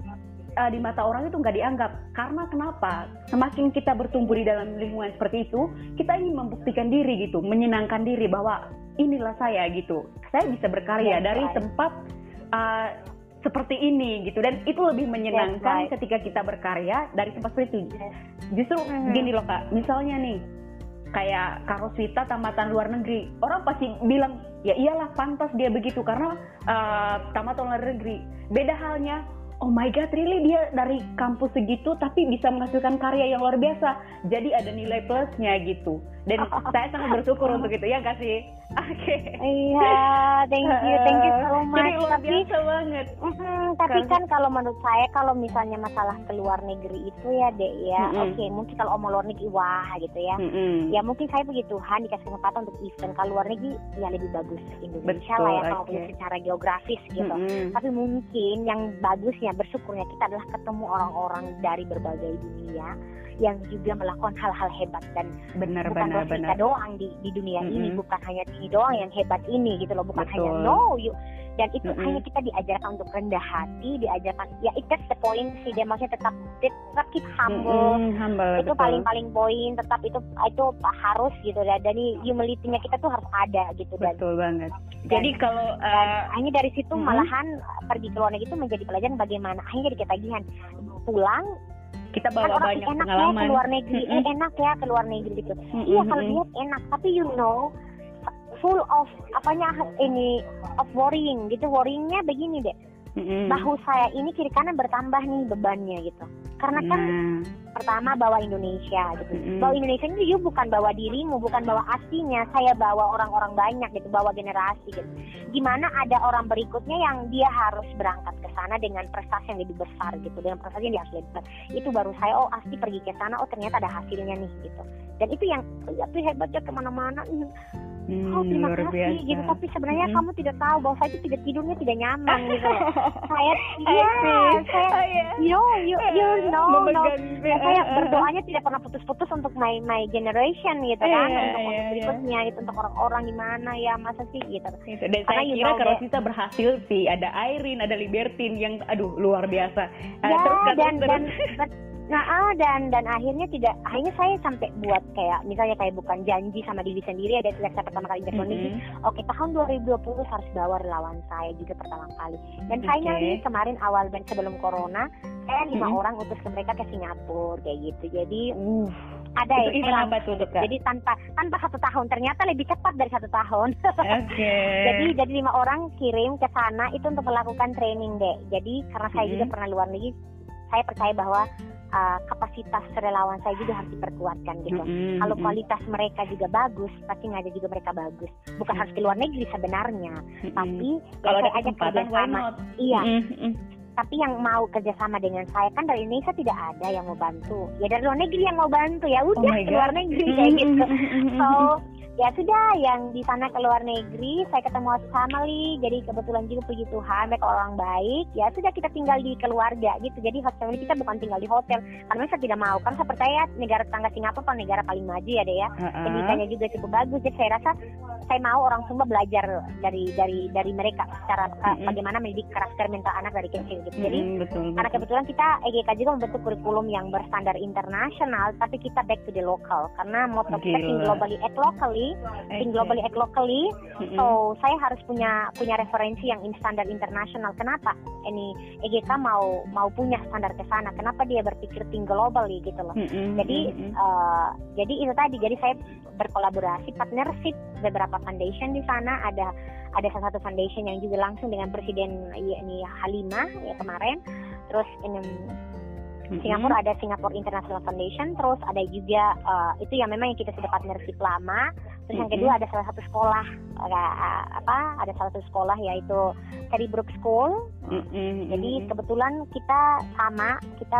uh, di mata orang itu nggak dianggap. Karena kenapa? Semakin kita bertumbuh di dalam lingkungan seperti itu, kita ingin membuktikan diri gitu, menyenangkan diri bahwa inilah saya gitu. Saya bisa berkarya That's dari right. tempat uh, seperti ini gitu, dan itu lebih menyenangkan right. ketika kita berkarya dari tempat seperti itu. Justru Mhm. gini loh Kak, misalnya nih kayak Kak Roswita tamatan luar negeri, orang pasti bilang ya iyalah pantas dia begitu karena uh, tamatan luar negeri. Beda halnya, oh my god really dia dari kampus segitu tapi bisa menghasilkan karya yang luar biasa, jadi ada nilai plusnya gitu. Dan saya sangat bersyukur untuk itu ya nggak sih? Oke. Okay. Iya, thank you, thank you so much. Jadi luar Tapi, biasa banget. mm, tapi kan kalau menurut saya kalau misalnya masalah ke luar negeri itu ya dek ya, Mm-mm. oke mungkin kalau omong luar negeri wah gitu ya. Mm-mm. Ya mungkin saya puji Tuhan dikasih kesempatan untuk event kalau luar negeri ya lebih bagus Indonesia Betul, lah ya kalau oke. punya secara geografis gitu. Mm-mm. Tapi mungkin yang bagusnya bersyukurnya kita adalah ketemu orang-orang dari berbagai dunia yang juga melakukan hal-hal hebat dan Benar bukan benar Rosita benar. doang di di dunia Mm-mm. ini, bukan hanya ini doang yang hebat ini gitu loh, bukan Betul. hanya no you dan itu Mm-mm. hanya kita diajarkan untuk rendah hati, diajarkan ya itu the point sih dia maksudnya tetap tetap keep humble. Mm-mm, humble, Itu betul. paling-paling poin, tetap itu itu harus gitu dan dari humility-nya kita tuh harus ada gitu dan Betul banget. dan- Jadi kalau uh, hanya dari situ Mm-mm. malahan pergi ke luar negeri itu menjadi pelajaran bagaimana akhirnya jadi ketagihan pulang kita kan bawa orang banyak enak ya pengalaman. ke luar negeri, Mm-mm. eh enak ya ke luar negeri gitu. Mm-mm, Iya kalau mm-mm. lihat enak, tapi you know full of apanya ini of worrying gitu, worryingnya begini deh. Mm-mm. Bahu saya ini kiri kanan bertambah nih bebannya gitu. Karena kan Nah, pertama bawa Indonesia gitu. Mm-mm. Bawa Indonesia ini you bukan bawa dirimu, bukan bawa aslinya. Saya bawa orang-orang banyak gitu, bawa generasi gitu. Gimana ada orang berikutnya yang dia harus berangkat ke sana dengan prestasi yang lebih besar gitu, dengan prestasi yang dia harus lebih besar. Itu baru saya oh asli pergi ke sana, oh ternyata ada hasilnya nih gitu. Dan itu yang ya tuh hebatnya kemana-mana. hmm, Oh terima luar kasih biasa. gitu, tapi sebenarnya Mm-mm. kamu tidak tahu bahwa saya itu tidak tidurnya tidak nyaman gitu loh. Saya I iya see. saya Oh, iya. you you you know no. Memegang Ya, saya berdoanya tidak pernah putus-putus untuk my my generation gitu kan, Iya, untuk iya, untuk iya. berikutnya gitu, untuk orang-orang di mana ya masa sih gitu. Gitu. Dan Karena saya you kira know kalau that- kita berhasil sih ada Irene, ada Libertine yang aduh luar biasa. Uh, Ya terus, Kak, dan terus, dan terus. dan- nah ah, dan dan akhirnya tidak akhirnya saya sampai buat kayak misalnya kayak bukan janji sama diri sendiri ada seleksi pertama kali interview ini. Mm-mm. Oke tahun dua ribu dua puluh harus bawa relawan saya juga pertama kali. Dan Oke. finally kemarin awal dan sebelum corona saya lima Mm-mm. orang utus ke mereka ke Singapura kayak gitu. Jadi Uh, ada itu event yang- apa tuh, tuh, Kak? Jadi tanpa tanpa satu tahun ternyata lebih cepat dari satu tahun. Oke. Jadi jadi lima orang kirim ke sana itu untuk melakukan training deh. Jadi karena saya Mm-hmm. juga pernah luar negeri, saya percaya bahwa uh, kapasitas relawan saya juga harus diperkuatkan gitu. Mm-hmm. Kalau kualitas mereka juga bagus, pasti ngajar juga mereka bagus. Bukan mm-hmm. harus ke luar negeri sebenarnya, mm-hmm. tapi kalau ya ada saya ajak kerjasama. Iya. Mm-hmm. Tapi yang mau kerjasama dengan saya kan dari Indonesia tidak ada yang mau bantu. Ya dari luar negeri yang mau bantu, ya udah oh ke luar negeri kayak gitu. So ya sudah, yang di sana ke luar negeri, saya ketemu family, jadi kebetulan juga puji Tuhan mereka orang baik. Ya sudah, kita tinggal di keluarga gitu. Jadi host family kita bukan tinggal di hotel, karena saya tidak mau. Karena saya percaya negara tetangga Singapura kan negara paling maju ya deh ya. Uh-huh. Pendidikannya juga cukup bagus. Jadi saya rasa saya mau orang Sumba belajar dari dari dari mereka secara uh-huh. bagaimana mendidik karakter mental anak dari kecil gitu. Jadi uh-huh, betul, karena betul. kebetulan kita E G K juga membentuk kurikulum yang berstandar internasional, tapi kita back to the local. Karena motto kita think globally, act locally. Okay. Think globally, act locally. Mm-hmm. So saya harus punya punya referensi yang in standar internasional. Kenapa? Ini E G K mau mau punya standar ke sana. Kenapa dia berpikir think globally gitu loh. Mm-hmm. Jadi mm-hmm. Uh, jadi itu tadi. Jadi saya berkolaborasi, partnership beberapa foundation di sana. Ada ada salah satu foundation yang juga langsung dengan presiden ini Halimah ya kemarin. Terus ini Mm-hmm. Singapura ada Singapore International Foundation, terus ada juga uh, itu yang memang yang kita sudah partnership lama. Terus mm-hmm. yang kedua ada salah satu sekolah uh, apa ada salah satu sekolah yaitu Terrybrook School. Mm-hmm. Jadi kebetulan kita sama kita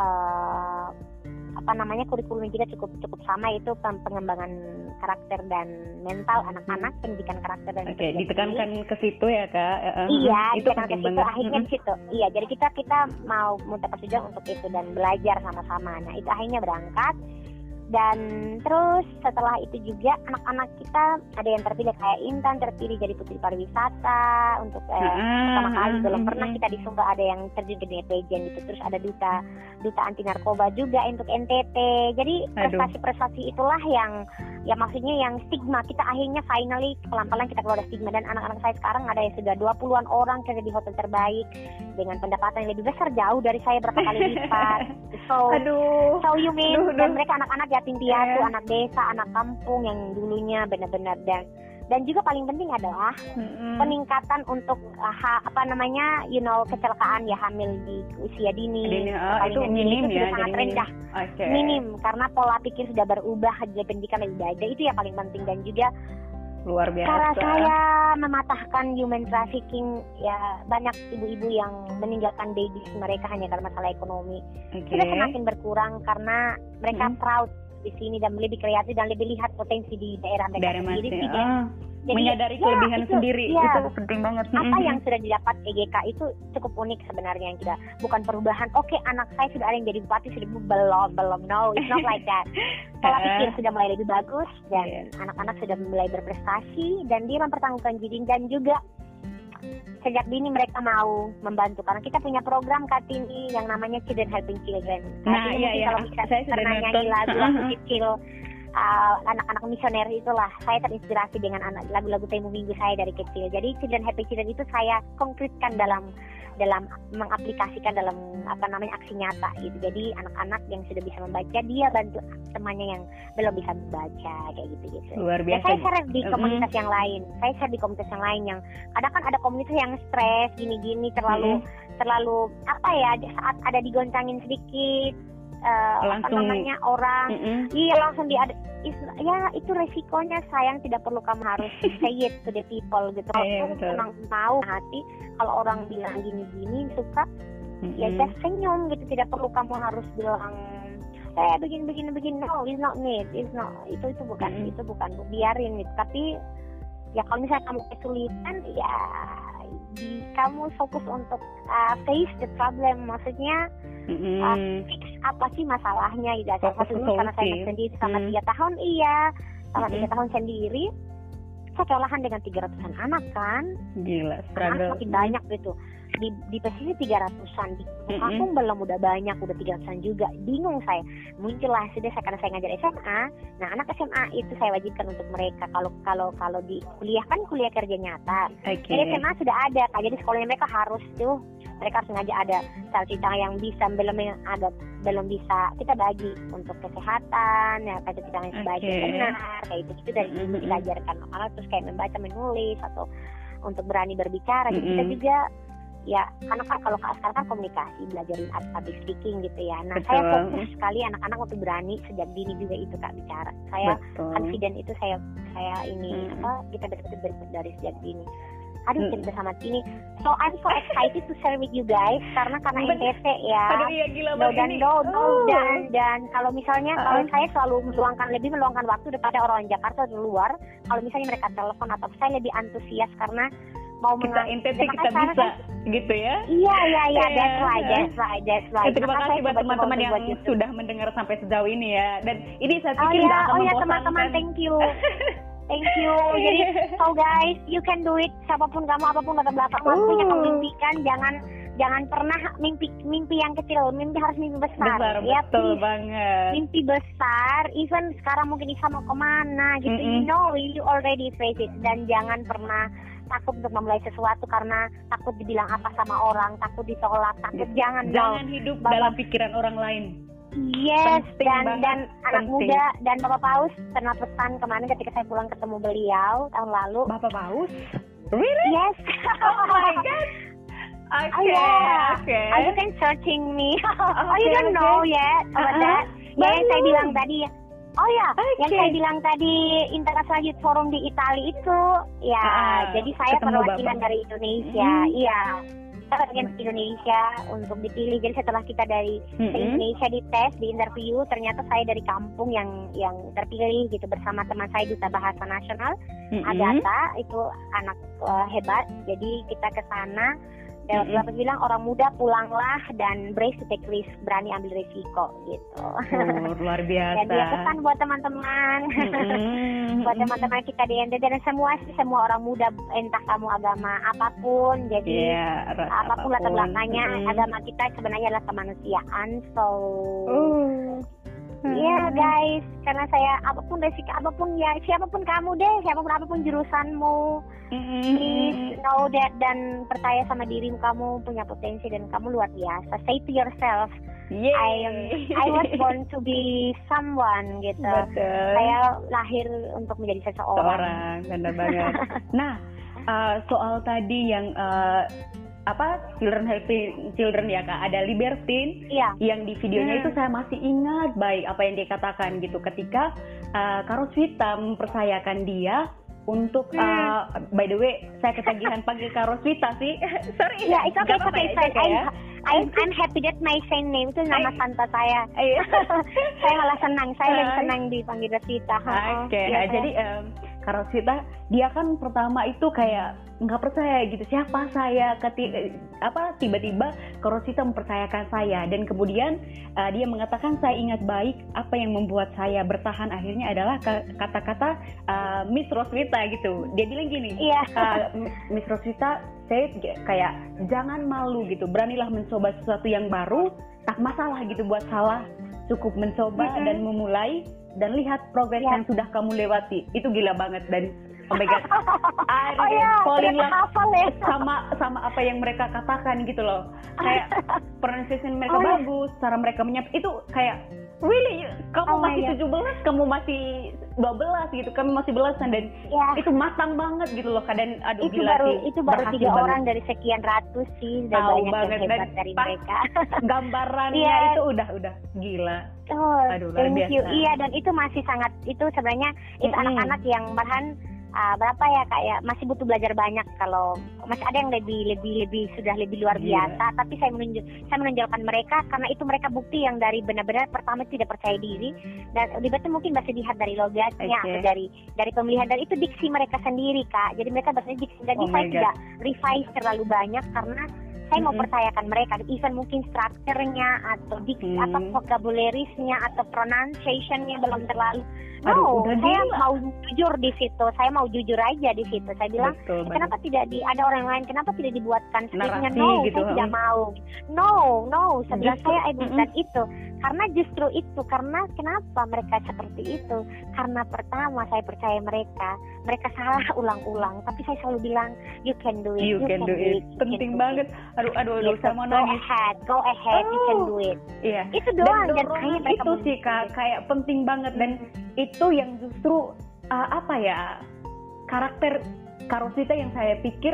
uh, apa namanya kurikulum kita cukup cukup sama, itu pengembangan karakter dan mental anak-anak, pendidikan karakter dan Oke, okay, ditekankan ke situ ya Kak. Uh, iya, itu ditekankan ke situ, akhirnya di situ. Iya, jadi kita kita mau minta persetujuan untuk itu dan belajar sama-sama. Nah, itu akhirnya berangkat. Dan terus setelah itu juga anak-anak kita ada yang terpilih kayak Intan terpilih jadi putri pariwisata untuk eh, uh, pertama kali belum uh, pernah kita di Sumba ada yang terjun ke dunia pageant gitu. Terus ada duta duta anti narkoba juga untuk N T T. Jadi prestasi-prestasi itulah yang ya maksudnya yang stigma kita akhirnya finally pelan-pelan kita keluar dari stigma. Dan anak-anak saya sekarang ada yang sudah dua puluhan orang kerja di hotel terbaik dengan pendapatan yang lebih besar jauh dari saya berapa kali lipat. So, aduh. so you mean aduh, dan aduh. mereka anak-anak yatim piatu, yeah. anak desa, anak kampung yang dulunya benar-benar dan dan juga paling penting adalah mm-hmm. peningkatan untuk uh, ha, apa namanya you know kecelakaan ya hamil di usia dini. Dini oh, itu minim itu ya, sudah sangat rendah. Okay. Minim karena pola pikir sudah berubah, jadi pendidikan lebih baik. Itu yang paling penting. Dan juga luar biasa. Cara saya mematahkan human trafficking, ya banyak ibu-ibu yang meninggalkan babies mereka hanya karena masalah ekonomi. Okay. Sudah semakin berkurang karena mereka hmm. proud di sini dan lebih kreatif dan lebih lihat potensi di daerah mereka Daerah sendiri. Masih, oh. Jadi, menyadari ya, kelebihan itu, sendiri ya. Itu penting banget. Apa mm-hmm. yang sudah didapat E G K itu cukup unik sebenarnya, yang kita bukan perubahan. Oke, okay, anak saya sudah ada yang jadi bupati, sudah belum belum no, it's not like that. Pola pikir sudah mulai lebih bagus dan yeah. anak-anak sudah mulai berprestasi dan dia mempertanggungjawabkan diri dan juga sejak dini mereka mau membantu karena kita punya program Kartini yang namanya Children Helping Children. Nah, iya, iya. Kalau bisa saya pernah nyanyi lagu waktu kecil. Uh, anak-anak misioner itulah saya terinspirasi dengan anak lagu-lagu Temu Minggu saya dari kecil. Jadi Children Happy Children itu saya konkretkan dalam dalam mengaplikasikan dalam apa namanya aksi nyata gitu. Jadi anak-anak yang sudah bisa membaca dia bantu temannya yang belum bisa membaca kayak gitu-gitu. Luar biasa. Ya, saya share di komunitas mm-hmm. yang lain. Saya share di komunitas yang lain yang kadang kan ada komunitas yang stres gini-gini terlalu mm-hmm. terlalu apa ya saat ada digoncangin sedikit Uh, apa namanya orang mm-hmm. iya langsung di ada ya itu resikonya sayang, tidak perlu kamu harus say it to the people gitu. Kalau yeah, memang tahu hati kalau orang bilang gini-gini suka mm-hmm. ya just senyum gitu, tidak perlu kamu harus bilang eh begini begini begini no it's not need it's not itu itu bukan mm-hmm. itu bukan biarin gitu. Tapi ya kalau misalnya kamu kesulitan ya di, kamu fokus untuk uh, face the problem, maksudnya mm-hmm. uh, fix apa sih masalahnya gitu. Salah satu karena saya sendiri sama mm. tiga tahun iya sama mm-hmm. tiga tahun sendiri saya kewalahan dengan tiga ratusan anak kan. Gila, anak makin banyak gitu. Di di pesisir tiga ratusan, di kampung mm-hmm. belum udah banyak, udah tiga ratusan juga. Bingung saya. Muncullah sudah saya karena saya ngajar S M A. Nah, anak S M A itu saya wajibkan untuk mereka kalau kalau kalau di kuliah kan kuliah kerja nyata. Okay. Jadi S M A sudah ada, Kak. Jadi sekolahnya mereka harus tuh mereka harus ngajak ada cerita yang bisa belum yang ada belum bisa kita bagi untuk kesehatan ya kayak cerita yang sebaik okay. benar kayak itu itu dari mm-hmm. kita ajarkan anak terus kayak membaca menulis atau untuk berani berbicara. Jadi mm-hmm. kita juga ya karena kan kalau sekarang kan komunikasi, belajarin public speaking gitu ya. Nah Betul. saya fokus sekali anak-anak untuk berani sejak dini juga itu Kak bicara. Saya Betul. confident itu saya saya ini Hmm. apa kita dari, dari sejak dini. Aduh hmm. kita sama ini. So I'm so excited to share with you guys karena karena N T T ya. Aduh iya gila no, banget dan ini. no, no, Oh. dan dan kalau misalnya Uh-uh. kalau saya selalu meluangkan lebih meluangkan waktu daripada orang Jakarta di luar. Kalau misalnya mereka telepon atau saya lebih antusias karena mau kita mengal- N T T kita bisa kan? Gitu ya. Iya iya iya, Yeah. that's right, that's right, that's right. Terima Maka kasih saya buat coba-coba teman-teman untuk yang buat YouTube. sudah mendengar sampai sejauh ini ya. Dan ini saya Oh pikir ya, nggak akan oh ya membosankan. teman-teman, thank you. Thank you. Jadi, so guys, you can do it. Siapapun kamu, apapun latar belakang Uh. punya kamu impikan, jangan jangan pernah mimpi mimpi yang kecil, mimpi harus mimpi besar. Besar, Ya, betul please. banget. Mimpi besar, even sekarang mungkin Isa mau kemana gitu, Mm-mm. you know, you already face it. Dan jangan pernah takut untuk memulai sesuatu karena takut dibilang apa sama orang, takut ditolak, takut jangan Jangan no. hidup Bapak- dalam pikiran orang lain. Yes, Penting dan banget, dan anak penting. muda dan Bapak Paus pernah pesan kemarin ketika saya pulang ketemu beliau tahun lalu. Bapak Paus? Really? Yes. Oh my god. Oke, Oh yeah. oke. Oh, you can searching me. oh, you Okay, don't okay. know yet about Uh-uh. that. Ya, yang saya Belum. bilang tadi. Oh ya, yang Okay. saya bilang tadi International Youth Forum di Italia itu, ya. Ah, jadi saya ketemu perwakilan Bapak. dari Indonesia. Hmm. Iya. Saya perwakilan Indonesia untuk dipilih. Jadi setelah kita dari Mm-mm. Indonesia dites, di interview, ternyata saya dari kampung yang yang terpilih gitu bersama teman saya Duta Bahasa Nasional. Mm-mm. Agatha itu anak uh, hebat, jadi kita ke sana dan Mm-mm. Bapak bilang orang muda pulanglah dan brave to take risk, berani ambil risiko gitu. Oh, luar biasa. Jadi ya pesan buat teman-teman, Mm-mm. buat teman-teman kita di N T T dan semua sih semua orang muda entah kamu agama apapun, jadi Iya, ras apapun latar belakangnya, Mm-mm. agama kita sebenarnya adalah kemanusiaan. So Uh. Iya guys, karena saya apapun resiko apapun ya siapapun kamu deh, siapapun apapun jurusanmu, please know that dan percaya sama dirimu, kamu punya potensi dan kamu luar biasa. Say to yourself, Yeay. I am I was born to be someone gitu. Betul. Saya lahir untuk menjadi seseorang. Seorang, benar banget. Nah, uh, soal tadi yang uh, apa children helping children ya Kak, ada Libertine Iya. yang di videonya Hmm. itu saya masih ingat baik apa yang dia katakan gitu ketika uh, Karoswita mempercayakan dia untuk uh, by the way saya ketagihan panggil Karoswita sih. Sorry. Ya, it's okay, Nggak it's apa-apa okay, ya, it's okay. ya. I'm, I'm, I'm happy that my saint name itu nama Ay. santa saya. Iya. Saya malah senang, saya lebih Ay. senang dipanggil Roswita. Oke, Iya, nah, saya- jadi um, Karoswita dia kan pertama itu kayak nggak percaya gitu siapa saya keti eh, apa tiba-tiba Karoswita mempercayakan saya dan kemudian uh, dia mengatakan saya ingat baik apa yang membuat saya bertahan akhirnya adalah ka- kata-kata uh, Miss Roswita gitu. Dia bilang gini, Iya. uh, Miss Roswita saya kayak jangan malu gitu, beranilah mencoba sesuatu yang baru, tak masalah gitu buat salah, cukup mencoba Mm-mm. dan memulai dan lihat progres Ya. yang sudah kamu lewati. Itu gila banget dan oh my god, I Oh iya, falling ternyata love hafal ya. sama sama apa yang mereka katakan gitu loh. Kayak pronunciation mereka Oh, iya. bagus, cara mereka menyapa itu kayak really kamu Oh my masih God. tujuh belas, kamu masih dua belas gitu, kamu masih belasan dan Ya. itu matang banget gitu loh kadang aduh itu gila baru sih. itu baru Berhasil tiga banget. orang dari sekian ratus sih, dan Tahu banyak banget, yang hebat dan dari pas mereka. Gambarannya Iya. itu udah udah gila. Oh, Aduh, luar thank you. biasa. Iya, dan itu masih sangat itu sebenarnya itu Mm-mm. anak-anak yang malahan ah, berapa ya Kak ya, masih butuh belajar banyak. Kalau masih ada yang lebih lebih lebih sudah lebih luar Iya. biasa, tapi saya menunjuk saya menonjolkan mereka karena itu mereka bukti yang dari benar-benar pertama tidak percaya diri dan lebih mungkin masih dilihat dari logatnya Oke. atau dari dari pemilihan, dan itu diksi mereka sendiri Kak. Jadi mereka bahasanya diksi, jadi Oh saya my God. tidak revise terlalu banyak karena saya mau Mm-mm. percayakan mereka, even mungkin strukturnya atau diksi Hmm. atau vocabularisnya atau pronunciationnya belum terlalu. Aduh, No, udah saya gila. mau jujur di situ. Saya mau jujur aja di situ. Saya bilang, Betul banget. kenapa tidak di ada orang lain? Kenapa tidak dibuatkan skripnya? Narasi No, gitu, saya tidak hmm. mau. No, no. Sebelah Justru, saya I bukan mm-mm. itu. Karena justru itu. Karena kenapa mereka seperti itu? Karena pertama saya percaya mereka. Mereka salah ulang-ulang. Tapi saya selalu bilang, you can do it. You can do it. you Penting can do banget. it. Aduh, aduh, aduh, Gitu. saya mau Go nangis. ahead, go ahead, you can Oh. do it. Iya. Itu Dan doang. Dan dorongan kayaknya mereka itu mau- sih Kak, kayak penting banget dan itu yang justru uh, apa ya karakter Karoswita yang saya pikir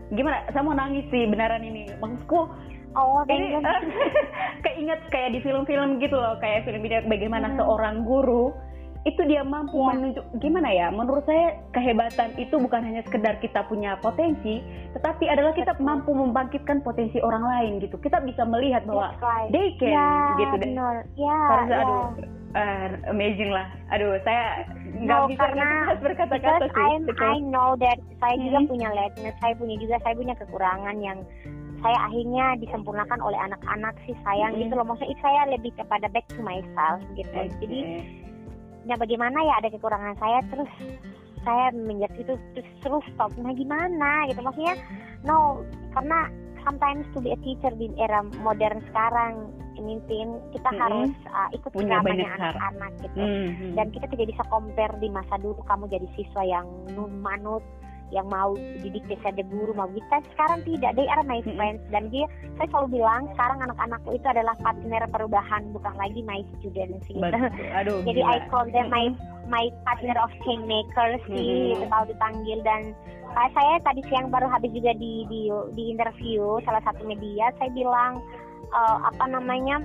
gimana? Saya mau nangis sih beneran ini. Maksudku, oh, ini uh, keinget kayak di film-film gitu loh, kayak film ini bagaimana hmm. seorang guru itu dia mampu yeah. menunjuk, gimana ya, menurut saya kehebatan itu bukan hanya sekedar kita punya potensi, tetapi adalah kita Betul. mampu membangkitkan potensi orang lain gitu. Kita bisa melihat bahwa right. they can yeah, gitu deh. Yeah, Harus yeah. aduh uh, amazing lah. Aduh saya nggak no, bisa karena berkata-kata sih. I'm, I know that saya hmm. juga punya lateness, saya punya juga saya punya kekurangan yang saya akhirnya disempurnakan oleh anak-anak sih sayang hmm. gitu loh. Maksudnya saya lebih kepada back to myself gitu. Okay. Jadi nah bagaimana ya ada kekurangan saya terus saya menjadi itu terus terus stop, nah gimana gitu, maksudnya no, karena sometimes to be a teacher di era modern sekarang pemimpin kita mm-hmm. harus uh, ikut ramanya anak-anak gitu mm-hmm. dan kita tidak bisa compare di masa dulu kamu jadi siswa yang nun manut yang mau didikte ada guru mau kita, sekarang tidak, they are my friends mm-hmm. dan dia, saya selalu bilang sekarang anak-anakku itu adalah partner perubahan bukan lagi my students gitu. Aduh, jadi gila. I call them my my partner of change makers sih mm-hmm. kalau dipanggil. Dan uh, saya tadi siang baru habis juga di di, di interview salah satu media, saya bilang uh, apa namanya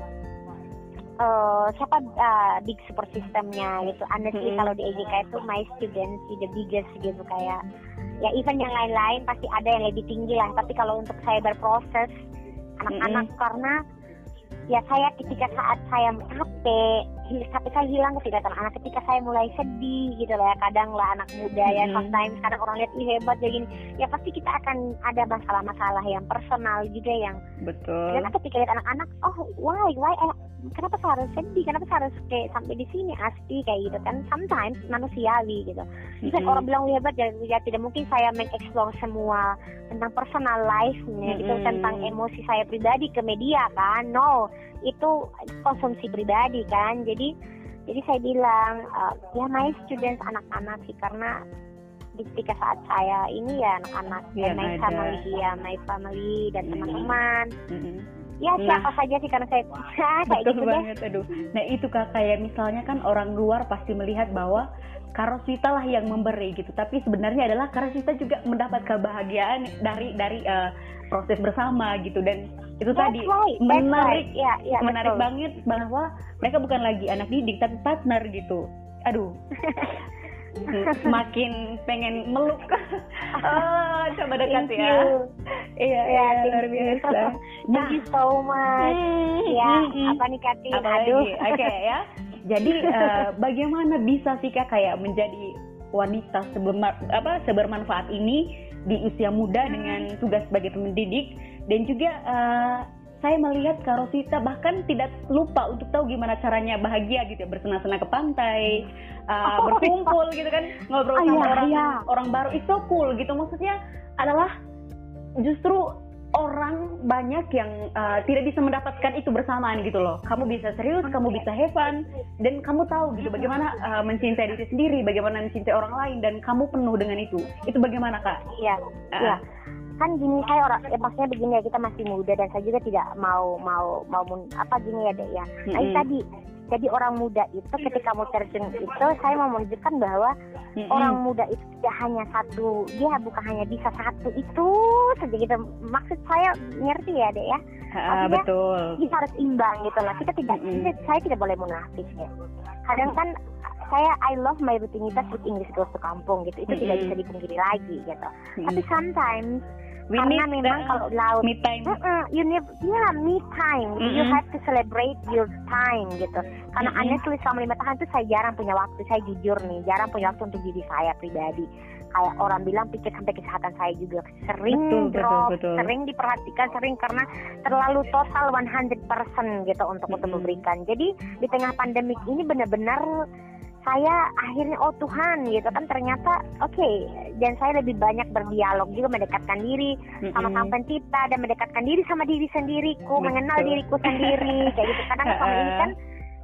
uh, siapa uh, big super systemnya gitu. Honestly mm-hmm. kalau di E J K itu my students the biggest gitu, kayak ya even yang lain-lain pasti ada yang lebih tinggi lah, tapi kalau untuk saya berproses anak-anak mm-hmm. karena ya saya ketika saat saya capek capek saya hilang ketika anak ketika saya mulai sedih gitu lah ya, kadang lah anak muda ya mm-hmm. sometimes kadang orang lihat ih hebat ya gini, ya pasti kita akan ada masalah-masalah yang personal juga yang betul. Dan ketika lihat anak-anak, oh why why eh, kenapa saya harus sedih, kenapa saya harus kayak sampai di sini asli kayak gitu kan, sometimes manusiawi gitu. Jika mm-hmm. orang bilang hebat ya, ya tidak mungkin saya mengeksplor semua tentang personal life-nya mm-hmm. gitu, tentang emosi saya pribadi ke media kan, no, itu konsumsi pribadi kan. Jadi jadi saya bilang uh, ya my students anak-anak sih, karena ketika saat saya ini ya anak-anak ya, my ada. family ya my family dan mm-hmm. teman-teman mm-hmm. ya siapa nah, saja sih karena saya kayak betul gitu banget deh. Aduh. Nah itu Kak, kayak misalnya kan orang luar pasti melihat bahwa Karosita lah yang memberi gitu, tapi sebenarnya adalah Karosita juga mendapat kebahagiaan dari dari uh, proses bersama gitu. Dan itu That's tadi right. menarik right. ya, ya, menarik betul. banget bahwa mereka bukan lagi anak didik tapi partner gitu. Aduh. Makin pengen meluk. Oh, coba dekat ya. Iya, iya, luar biasa. Thank you so much. Hmm, ya, hmm, apa nih Kati? Aduh. Oke okay, ya. Jadi uh, bagaimana bisa sih Kak kayak menjadi wanita seberma, apa sebermanfaat ini di usia muda hmm. dengan tugas sebagai pendidik, dan juga uh, saya melihat Karosita bahkan tidak lupa untuk tahu gimana caranya bahagia gitu ya, bersenang-senang ke pantai, uh, oh, berkumpul iya. gitu kan, ngobrol oh, sama iya, orang iya. orang baru, itu cool gitu. Maksudnya adalah justru orang banyak yang uh, tidak bisa mendapatkan itu bersamaan gitu loh. Kamu bisa serius, okay. kamu bisa have fun, dan kamu tahu gitu bagaimana uh, mencintai diri sendiri, bagaimana mencintai orang lain, dan kamu penuh dengan itu. Itu bagaimana Kak? Iya, uh, iya. Kan gini, saya orang, ya maksudnya begini ya, kita masih muda dan saya juga tidak mau mau mau apa gini ya dek ya. Mm-hmm. Nah, tadi jadi orang muda itu ketika mau terjun itu saya mau menunjukkan bahwa mm-hmm. orang muda itu tidak hanya satu, dia bukan hanya bisa satu itu saja gitu. Maksud saya ngerti ya dek ya. Uh, betul. Kita harus imbang gitu lah. Kita tidak, mm-hmm. kita, saya tidak boleh munafik ya. Kadang kan saya I love my rutinitas with English goes to kampung gitu. Itu mm-hmm. tidak bisa dipungkiri lagi gitu. Mm-hmm. Tapi sometimes We karena memang kalau laut me time, uh-uh, you need, yeah, me time. Mm-hmm. You have to celebrate your time gitu. Karena mm-hmm. honestly selama lima tahun itu saya jarang punya waktu. Saya jujur nih, jarang punya waktu untuk diri saya pribadi. Kayak orang bilang pikir sampai kesehatan saya juga sering betul, drop, betul, betul. sering diperhatikan, sering karena terlalu total seratus persen gitu untuk mm-hmm. untuk memberikan. Jadi di tengah pandemik ini benar-benar saya akhirnya oh Tuhan gitu kan, ternyata oke okay, dan saya lebih banyak berdialog juga, mendekatkan diri mm-hmm. sama sang pencipta dan mendekatkan diri sama diri sendiriku, betul. Mengenal diriku sendiri kayak gitu. Kadang selama ini kan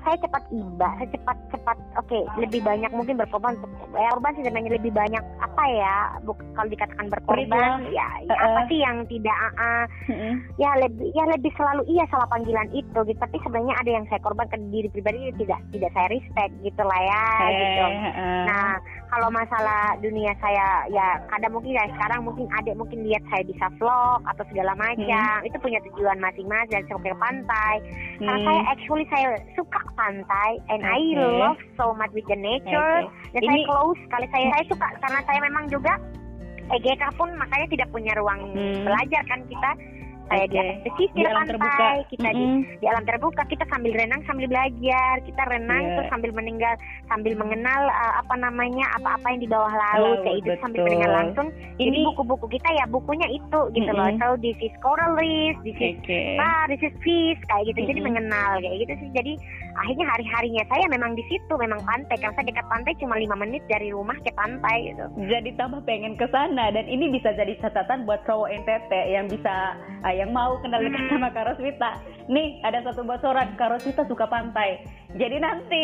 saya cepat iba, saya cepat cepat oke okay, lebih banyak mungkin berkorban untuk ya, korban sih sebenarnya lebih banyak apa ya buk, kalau dikatakan berkorban ya, ya uh, apa sih yang tidak uh, uh, ya lebih ya lebih selalu iya salah panggilan itu gitu, tapi sebenarnya ada yang saya korbankan diri pribadi tidak tidak saya respect gitu lah ya hey, gitu. Uh. Nah kalau masalah dunia saya ya kadang mungkin ya sekarang mungkin adik mungkin lihat saya bisa vlog atau segala macam hmm. itu punya tujuan masing-masing dan saya ke pantai hmm. karena saya actually saya suka pantai and okay. I love so much with the nature okay. dan Ini... saya close kali saya saya suka karena saya memang juga E G K pun makanya tidak punya ruang hmm. belajar kan kita saya okay. di pesisir pantai terbuka. Kita mm-hmm. di, di alam terbuka kita sambil renang sambil belajar kita renang yeah. terus sambil meninggal sambil mengenal uh, apa namanya apa-apa yang di bawah laut kayak itu sambil mendengar langsung ini jadi buku-buku kita ya bukunya itu gitu mm-hmm. loh so this is coral reef this is okay. ah this is fish kayak gitu mm-hmm. jadi mengenal kayak gitu sih jadi akhirnya hari-harinya saya memang di situ memang pantai karena saya dekat pantai cuma lima menit dari rumah ke pantai gitu jadi tambah pengen ke sana dan ini bisa jadi catatan buat cowok N T T yang bisa uh, yang mau kenal dekat hmm. sama Kak Roswita. Nih ada satu bocoran, Kak Roswita suka pantai. Jadi nanti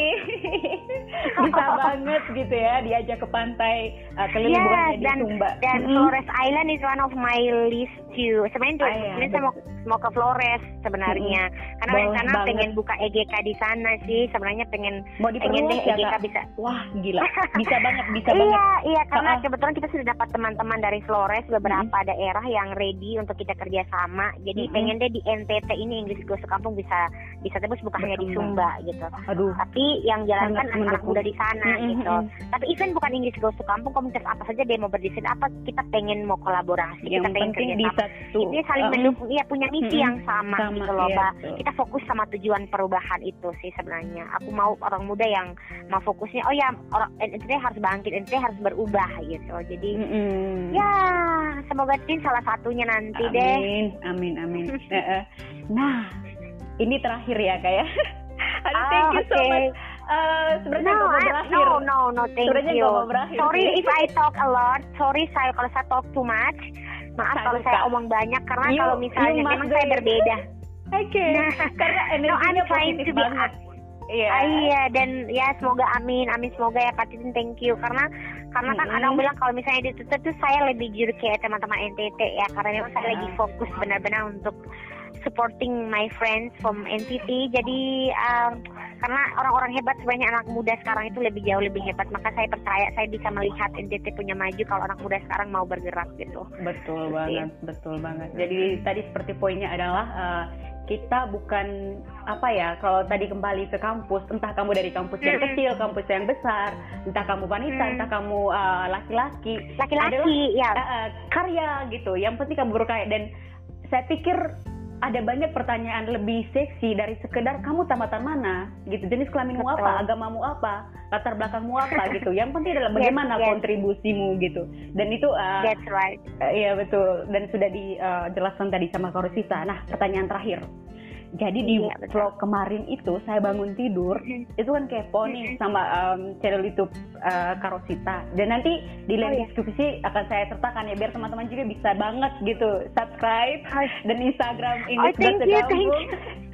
bisa banget gitu ya diajak ke pantai uh, keliling yeah, bukan di Sumba. Dan mm-hmm. Flores Island is one of my list too. Sebenarnya ah, iya, saya mau mau ke Flores sebenarnya. Mm-hmm. Karena rencana pengen buka E G K di sana sih. Sebenarnya pengen mau pengen deh ya, E G K Kak? Bisa. Wah gila, bisa banget, bisa banget. Iya iya karena uh-uh. kebetulan kita sudah dapat teman-teman dari Flores beberapa mm-hmm. daerah yang ready untuk kita kerjasama. Jadi mm-hmm. pengen deh di N T T ini English Goes to Kampung bisa bisa terus bukan hanya di Sumba gitu. Aduh. Tapi yang jalankan anak-anak muda di sana mm-hmm. gitu. Tapi event bukan English Goes to Kampung, komunitas apa saja demo berdesain apa kita pengen mau kolaborasi, yang kita pengen kerja sama. Ini saling uh-uh. mendukung, iya punya misi mm-hmm. yang sama, sama gitu loh, iya, kita fokus sama tujuan perubahan itu sih sebenarnya. Aku mau orang muda yang mau fokusnya, oh ya orang N T T harus bangkit, N T T harus berubah gitu. Jadi mm-hmm. ya semoga Tin salah satunya nanti amin, deh. Amin, amin, amin. Nah, ini terakhir ya Kak ya. Aduh, oh, thank you okay. so much. Uh, sebenarnya no, gak mau berakhir. No, no, no, thank sebenarnya you. Mau berakhir, sorry sih. if I talk a lot. Sorry saya kalau saya talk too much. Maaf saya kalau suka. saya omong banyak karena you, kalau misalnya memang saya berbeda. Oke. Okay. Nah, karena energinya no, positif banget. Iya. Ah, iya dan ya semoga amin, amin semoga ya Kak Titin, thank you karena karena kan mm-hmm. ada bilang kalau misalnya ditutup tuh saya lebih jujur kayak teman-teman N T T ya karena memang saya lagi fokus benar-benar untuk supporting my friends from N T T. Jadi um, karena orang-orang hebat sebenarnya anak muda sekarang itu lebih jauh lebih hebat, maka saya percaya saya bisa melihat N T T punya maju kalau anak muda sekarang mau bergerak gitu. Betul Terus, banget, ya. betul banget. Jadi tadi seperti poinnya adalah uh, kita bukan apa ya, kalau tadi kembali ke kampus, entah kamu dari kampus yang hmm. kecil, kampus yang besar, entah kamu wanita, hmm. entah kamu uh, laki-laki, laki-laki adalah, ya uh, uh, karya gitu. Yang penting kamu berkarya. Dan saya pikir ada banyak pertanyaan lebih seksi dari sekedar kamu tamatan mana gitu, jenis kelaminmu betul. apa, agamamu apa, latar belakangmu apa gitu. Yang penting adalah bagaimana yes, yes. kontribusimu gitu. Dan itu uh, that's right. Uh, iya betul. Dan sudah dijelaskan uh, tadi sama Kak Roswita. Nah, pertanyaan terakhir. Jadi di iya, vlog kemarin itu saya bangun tidur, itu kan kepo nih sama um, channel YouTube uh, Kak Roswita. Dan nanti di link oh, deskripsi iya. akan saya sertakan ya biar teman-teman juga bisa banget gitu subscribe oh. dan Instagram ini oh, thank you, thank you.